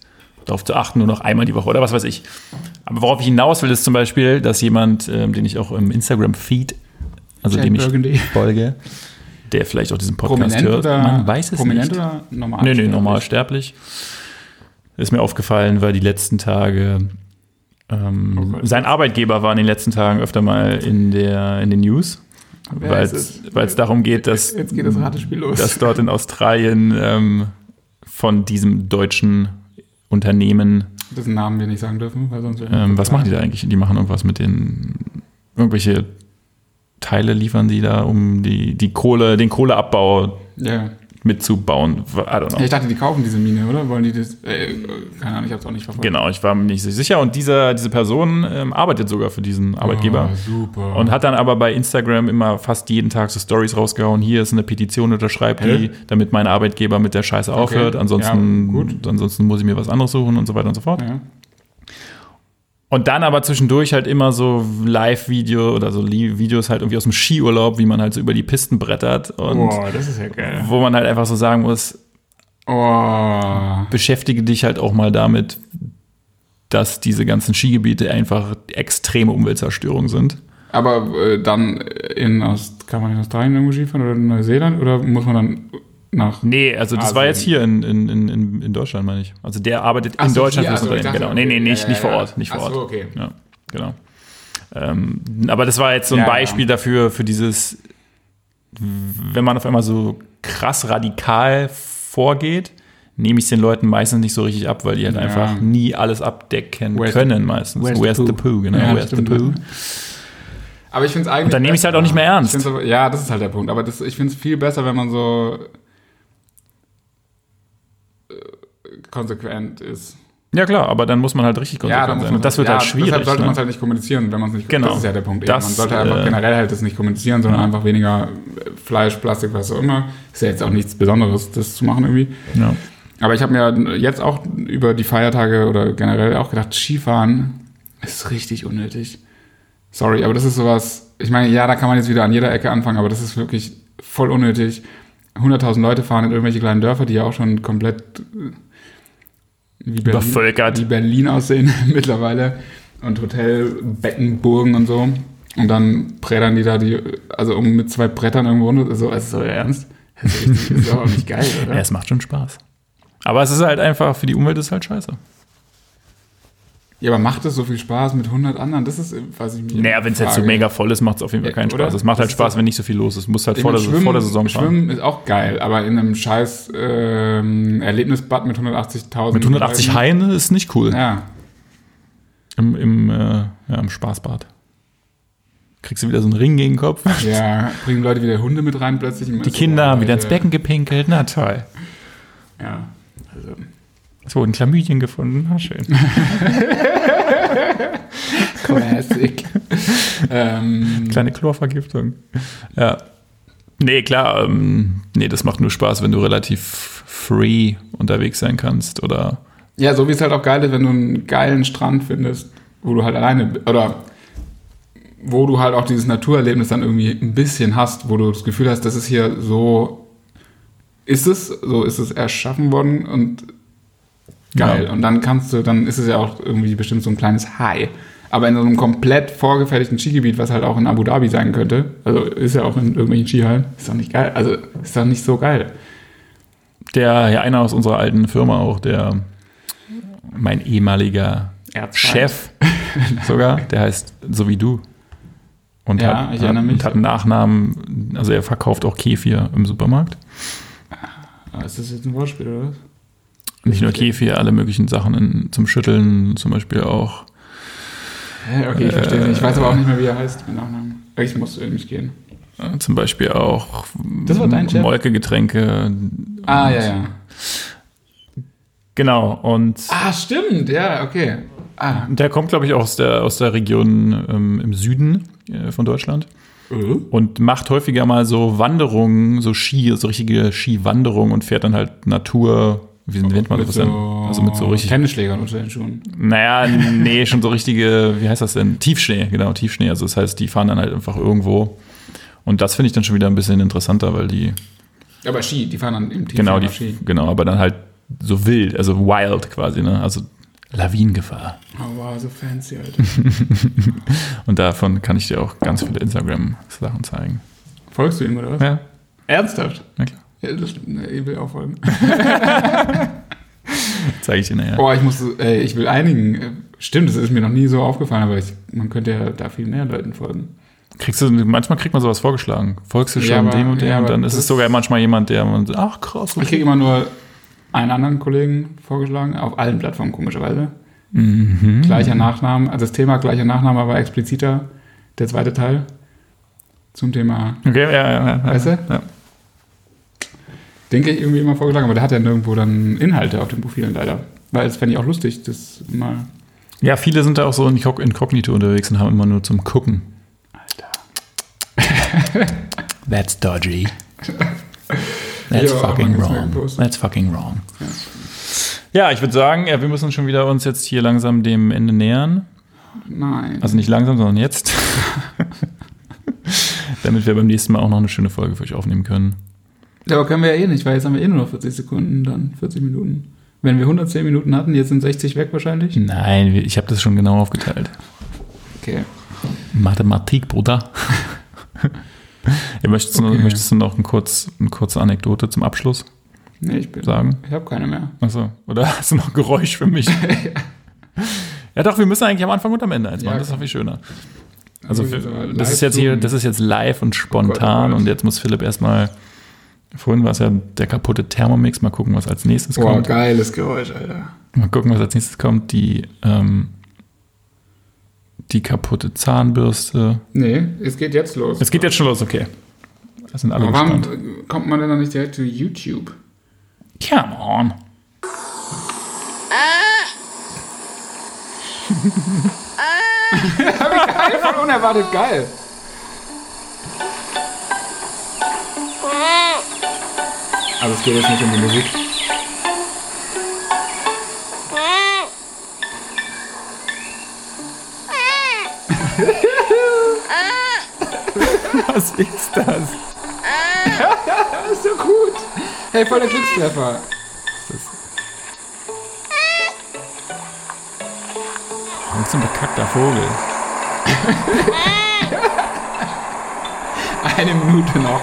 Speaker 1: darauf zu achten, nur noch einmal die Woche oder was weiß ich. Aber worauf ich hinaus will, ist zum Beispiel, dass jemand, ähm, den ich auch im Instagram-Feed, also
Speaker 2: Jack
Speaker 1: dem ich
Speaker 2: Burgundy.
Speaker 1: folge, der vielleicht auch diesen Podcast
Speaker 2: Prominent
Speaker 1: hört,
Speaker 2: oder,
Speaker 1: man weiß es
Speaker 2: prominent
Speaker 1: nicht.
Speaker 2: oder normal?
Speaker 1: Nee, nee, normal sterblich. Ist mir aufgefallen, weil die letzten Tage ähm,
Speaker 2: Oh Gott.
Speaker 1: sein Arbeitgeber war in den letzten Tagen öfter mal in, der, in den News,
Speaker 2: Wer
Speaker 1: weil
Speaker 2: ist
Speaker 1: es
Speaker 2: es?
Speaker 1: weil es darum geht, dass,
Speaker 2: Jetzt geht das Ratespiel los.
Speaker 1: dass dort in Australien ähm, von diesem deutschen Unternehmen,
Speaker 2: Dessen Namen wir nicht sagen dürfen, weil sonst...
Speaker 1: ähm, was machen die da eigentlich? Die machen irgendwas mit den, irgendwelche Teile liefern die da, um die, die Kohle, den Kohleabbau
Speaker 2: Ja.
Speaker 1: mitzubauen. I don't know.
Speaker 2: Ich dachte, die kaufen diese Mine, oder? Wollen die das... Äh, keine Ahnung, ich hab's auch nicht verfolgt.
Speaker 1: Genau, ich war mir nicht so sicher. Und dieser, diese Person ähm, arbeitet sogar für diesen Arbeitgeber.
Speaker 2: Oh, super.
Speaker 1: Und hat dann aber bei Instagram immer fast jeden Tag so Stories rausgehauen. Hier ist eine Petition, unterschreibt die,
Speaker 2: Hä?
Speaker 1: damit mein Arbeitgeber mit der Scheiße
Speaker 2: Okay.
Speaker 1: aufhört. Ansonsten,
Speaker 2: Ja, gut.
Speaker 1: ansonsten muss ich mir was anderes suchen und so weiter und so fort.
Speaker 2: Ja.
Speaker 1: Und dann aber zwischendurch halt immer so Live-Video oder so Li- Videos halt irgendwie aus dem Skiurlaub, wie man halt so über die Pisten brettert. Und
Speaker 2: Boah, das ist ja geil.
Speaker 1: wo man halt einfach so sagen muss,
Speaker 2: Oh.
Speaker 1: beschäftige dich halt auch mal damit, dass diese ganzen Skigebiete einfach extreme Umweltzerstörung sind.
Speaker 2: Aber äh, dann in Ost, kann man in Australien irgendwo Skifahren oder in Neuseeland oder muss man dann nach...
Speaker 1: Nee, also das
Speaker 2: Ah,
Speaker 1: war
Speaker 2: so
Speaker 1: jetzt hier in, in, in, in Deutschland, meine ich. Also der arbeitet
Speaker 2: Ach
Speaker 1: in
Speaker 2: so,
Speaker 1: Deutschland
Speaker 2: hier,
Speaker 1: fürs
Speaker 2: also ich
Speaker 1: Unternehmen,
Speaker 2: dachte,
Speaker 1: genau. Nee, nee,
Speaker 2: okay,
Speaker 1: nicht,
Speaker 2: ja,
Speaker 1: nicht vor
Speaker 2: ja,
Speaker 1: Ort, nicht vor
Speaker 2: Ach so,
Speaker 1: Ort.
Speaker 2: okay.
Speaker 1: Ja, genau. Ähm, aber das war jetzt so ein
Speaker 2: Ja,
Speaker 1: Beispiel
Speaker 2: ja.
Speaker 1: dafür, für dieses, wenn man auf einmal so krass radikal vorgeht, nehme ich es den Leuten meistens nicht so richtig ab, weil die halt
Speaker 2: Ja.
Speaker 1: einfach nie alles abdecken
Speaker 2: Where's
Speaker 1: können
Speaker 2: the-
Speaker 1: meistens.
Speaker 2: where's the
Speaker 1: Where's the
Speaker 2: poo?
Speaker 1: poo, genau.
Speaker 2: Ja,
Speaker 1: Where's the
Speaker 2: stimmt.
Speaker 1: poo?
Speaker 2: Aber ich finde es eigentlich...
Speaker 1: Und dann nehme ich es halt auch nicht mehr ernst.
Speaker 2: Ich find's aber, ja, das ist halt der Punkt. Aber das, ich finde es viel besser, wenn man so äh, konsequent ist.
Speaker 1: Ja klar, aber dann muss man halt richtig konsequent
Speaker 2: da muss
Speaker 1: sein.
Speaker 2: man
Speaker 1: Und das wird
Speaker 2: ja,
Speaker 1: halt schwierig.
Speaker 2: Deshalb sollte
Speaker 1: ne?
Speaker 2: man es halt nicht kommunizieren, wenn man es nicht...
Speaker 1: Genau.
Speaker 2: Das ist ja der Punkt.
Speaker 1: Das,
Speaker 2: man sollte einfach
Speaker 1: äh,
Speaker 2: generell halt das nicht kommunizieren, sondern einfach weniger Fleisch, Plastik, was auch immer. Ist ja jetzt auch nichts Besonderes, das zu machen irgendwie.
Speaker 1: Ja.
Speaker 2: Aber ich habe mir jetzt auch über die Feiertage oder generell auch gedacht, Skifahren ist richtig unnötig. Sorry, aber das ist sowas, ich meine, ja, da kann man jetzt wieder an jeder Ecke anfangen, aber das ist wirklich voll unnötig. hunderttausend Leute fahren in irgendwelche kleinen Dörfer, die ja auch schon komplett äh, wie Berlin,
Speaker 1: Übervölkert.
Speaker 2: wie Berlin aussehen mittlerweile und Hotelbetten, Burgen und so. Und dann brettern die da die, also um mit zwei Brettern irgendwo runter, so, ist das so ernst? Das ist, richtig, das ist doch auch nicht geil, oder?
Speaker 1: Ja, es macht schon Spaß. Aber es ist halt einfach, für die Umwelt ist halt scheiße.
Speaker 2: Ja, aber macht es so viel Spaß mit hundert anderen? Das ist, was ich mich
Speaker 1: Naja, wenn es jetzt so
Speaker 2: frage.
Speaker 1: mega voll ist, macht es auf jeden Fall
Speaker 2: Ja,
Speaker 1: keinen
Speaker 2: oder?
Speaker 1: Spaß. Es macht halt
Speaker 2: Das ist
Speaker 1: Spaß,
Speaker 2: doch-
Speaker 1: wenn nicht so viel los ist. Es muss halt
Speaker 2: Ich
Speaker 1: vor
Speaker 2: meine,
Speaker 1: der,
Speaker 2: Schwimmen,
Speaker 1: vor der Saison fahren.
Speaker 2: Schwimmen ist auch geil, aber in einem scheiß ähm, Erlebnisbad mit hundertachtzigtausend
Speaker 1: Mit hundertachtzig
Speaker 2: Leuten-
Speaker 1: Haien ist nicht cool.
Speaker 2: Ja.
Speaker 1: Im, im, äh, ja, im Spaßbad. Kriegst du wieder so einen Ring gegen den Kopf.
Speaker 2: Ja, bringen Leute wieder Hunde mit rein plötzlich.
Speaker 1: Die Kinder haben wieder ins Becken gepinkelt. Na toll.
Speaker 2: Ja, also.
Speaker 1: Es wurden Chlamydien gefunden. Na schön.
Speaker 2: Classic. ähm,
Speaker 1: Kleine Chlorvergiftung. Ja. Nee, klar. Ähm, nee, das macht nur Spaß, wenn du relativ free unterwegs sein kannst. Oder
Speaker 2: ja, so wie es halt auch geil ist, wenn du einen geilen Strand findest, wo du halt alleine bist. Oder wo du halt auch dieses Naturerlebnis dann irgendwie ein bisschen hast, wo du das Gefühl hast, das ist hier so, ist es, so ist es erschaffen worden und geil.
Speaker 1: Ja.
Speaker 2: Und dann kannst du, dann ist es ja auch irgendwie bestimmt so ein kleines High. Aber in so einem komplett vorgefertigten Skigebiet, was halt auch in Abu Dhabi sein könnte, also ist ja auch in irgendwelchen Skihallen, ist doch nicht geil. Also ist doch nicht so geil.
Speaker 1: der, ja, einer aus unserer alten Firma auch, der, mein ehemaliger
Speaker 2: Erzfeind.
Speaker 1: Chef sogar, der heißt so wie du. Und,
Speaker 2: Ja,
Speaker 1: hat,
Speaker 2: ich erinnere
Speaker 1: hat,
Speaker 2: mich.
Speaker 1: und hat einen Nachnamen, also er verkauft auch Kefir im Supermarkt.
Speaker 2: Ah, ist das jetzt ein Wortspiel, oder was?
Speaker 1: Nicht nur Kefir, alle möglichen Sachen in, zum Schütteln, zum Beispiel auch.
Speaker 2: Hä, okay, ich verstehe nicht. Ich weiß aber auch nicht mehr, wie er heißt mit Nachnamen. Ich muss nicht gehen.
Speaker 1: Äh, zum Beispiel auch
Speaker 2: Das war dein Chef?
Speaker 1: Molkegetränke.
Speaker 2: Ah,
Speaker 1: und-
Speaker 2: ja, ja.
Speaker 1: Genau, und
Speaker 2: Ah, stimmt, ja, okay. Ah.
Speaker 1: der kommt, glaube ich, auch aus der, aus der Region ähm, im Süden äh, von Deutschland. Und macht häufiger mal so Wanderungen, so Ski, so richtige Skiwanderungen und fährt dann halt Natur, wie nennt man
Speaker 2: Mit
Speaker 1: das
Speaker 2: so
Speaker 1: denn? Also mit so richtig,
Speaker 2: Tennisschlägern unter den Schuhen.
Speaker 1: naja, nee, schon so richtige, wie heißt das denn? Tiefschnee, genau, Tiefschnee. Also das heißt, die fahren dann halt einfach irgendwo. Und das finde ich dann schon wieder ein bisschen interessanter, weil die,
Speaker 2: Aber Ski, die fahren dann im Team
Speaker 1: genau, die,
Speaker 2: Ski.
Speaker 1: genau, aber dann halt so wild, also wild quasi, ne? Also Lawinengefahr.
Speaker 2: Oh wow, so fancy, Alter.
Speaker 1: Und davon kann ich dir auch ganz viele Instagram-Sachen zeigen.
Speaker 2: Folgst du ihm, oder was?
Speaker 1: Ja.
Speaker 2: Ernsthaft?
Speaker 1: Na klar.
Speaker 2: Ja, das stimmt. Ne, ich will auch folgen.
Speaker 1: Zeige ich dir nachher.
Speaker 2: Boah, ich muss, ey, ich will einigen, äh, stimmt, das ist mir noch nie so aufgefallen, aber ich, man könnte ja da viel mehr Leuten folgen.
Speaker 1: Kriegst du, manchmal kriegt man sowas vorgeschlagen. Folgst du schon
Speaker 2: Ja, aber-
Speaker 1: dem und dem
Speaker 2: ja,
Speaker 1: und
Speaker 2: aber
Speaker 1: dann ist es
Speaker 2: das-
Speaker 1: sogar manchmal jemand, der man sagt, ach krass.
Speaker 2: Ich kriege immer nur einen anderen Kollegen vorgeschlagen, auf allen Plattformen komischerweise.
Speaker 1: Mhm.
Speaker 2: Gleicher Nachname, also das Thema gleicher Nachname war expliziter, der zweite Teil zum Thema,
Speaker 1: Okay, ja, ja, ja.
Speaker 2: Weißt du?
Speaker 1: Ja.
Speaker 2: den krieg ich irgendwie immer vorgeschlagen, aber der hat ja nirgendwo dann Inhalte auf den Profilen leider. Weil das fände ich auch lustig, das mal...
Speaker 1: ja, viele sind da auch so inkog- inkognito unterwegs und haben immer nur zum Gucken.
Speaker 2: Alter.
Speaker 1: That's dodgy. That's
Speaker 2: Ja,
Speaker 1: fucking
Speaker 2: aber das ist
Speaker 1: wrong.
Speaker 2: mir groß.
Speaker 1: That's fucking wrong.
Speaker 2: Ja.
Speaker 1: Ja, ich würde sagen, ja, wir müssen schon wieder uns jetzt hier langsam dem Ende nähern.
Speaker 2: Nein.
Speaker 1: Also nicht langsam, sondern jetzt. Damit wir beim nächsten Mal auch noch eine schöne Folge für euch aufnehmen können.
Speaker 2: Ja, aber können wir ja eh nicht, weil jetzt haben wir eh nur noch vierzig Sekunden, dann vierzig Minuten. Wenn wir hundertzehn Minuten hatten, jetzt sind sechzig weg wahrscheinlich.
Speaker 1: Nein, wir- ich habe das schon genau aufgeteilt.
Speaker 2: Okay.
Speaker 1: Mathematik, Bruder. Ja, möchtest, du,
Speaker 2: Okay.
Speaker 1: möchtest du noch ein kurz, eine kurze Anekdote zum Abschluss
Speaker 2: Nee, ich bin.
Speaker 1: sagen?
Speaker 2: Ich habe keine mehr.
Speaker 1: Achso, oder hast du noch ein Geräusch für mich? Ja doch, wir müssen eigentlich am Anfang und am Ende eins machen,
Speaker 2: Ja,
Speaker 1: das ist doch viel schöner.
Speaker 2: Dann
Speaker 1: Also
Speaker 2: muss ich
Speaker 1: für,
Speaker 2: jetzt aber
Speaker 1: das ist
Speaker 2: live
Speaker 1: jetzt hier,
Speaker 2: zoomen.
Speaker 1: das ist jetzt live und
Speaker 2: Gott,
Speaker 1: spontan
Speaker 2: oh Gott.
Speaker 1: und jetzt muss Philipp erstmal, vorhin war es ja der kaputte Thermomix, mal gucken, was als nächstes
Speaker 2: Boah,
Speaker 1: kommt.
Speaker 2: geiles Geräusch, Alter.
Speaker 1: Mal gucken, was als nächstes kommt. Die, ähm, die kaputte Zahnbürste.
Speaker 2: Nee, es geht jetzt los.
Speaker 1: Es geht jetzt schon los, okay. Das sind alle
Speaker 2: Aber warum
Speaker 1: gespannt.
Speaker 2: kommt man denn dann nicht direkt zu YouTube?
Speaker 1: Come on.
Speaker 2: Voll unerwartet geil. Also es geht jetzt nicht um die Musik.
Speaker 1: Was ist das?
Speaker 2: Das ist so gut. Hey, voll der Glückstreffer.
Speaker 1: Was ist ein bekackter Vogel?
Speaker 2: Eine Minute noch.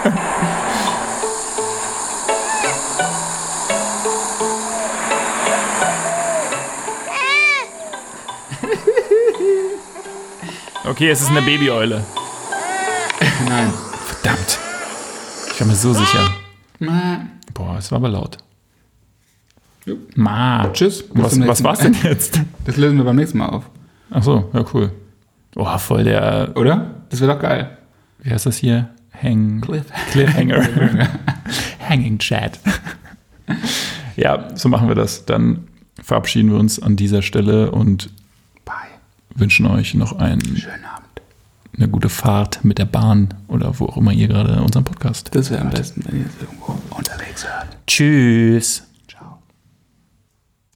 Speaker 1: Okay, es ist eine Babyeule.
Speaker 2: Nein.
Speaker 1: Verdammt. Ich war mir so sicher.
Speaker 2: Na,
Speaker 1: Boah, es war aber laut.
Speaker 2: Jo.
Speaker 1: Ma.
Speaker 2: Tschüss. Bis
Speaker 1: Was,
Speaker 2: zum
Speaker 1: was
Speaker 2: nächsten
Speaker 1: war's
Speaker 2: Mal.
Speaker 1: denn jetzt?
Speaker 2: Das lösen wir beim nächsten Mal auf.
Speaker 1: Ach so, ja, cool. Oh, voll der,
Speaker 2: Oder? Das wäre doch geil.
Speaker 1: wie heißt das hier? Hang...
Speaker 2: Cliff.
Speaker 1: Cliffhanger. Hanging Chat. Ja, so machen wir das. Dann verabschieden wir uns an dieser Stelle und
Speaker 2: Bye.
Speaker 1: wünschen euch noch einen,
Speaker 2: Schönen Abend.
Speaker 1: eine gute Fahrt mit der Bahn oder wo auch immer ihr gerade unseren Podcast
Speaker 2: Das wäre am besten, wenn ihr es irgendwo unterwegs hört.
Speaker 1: Tschüss.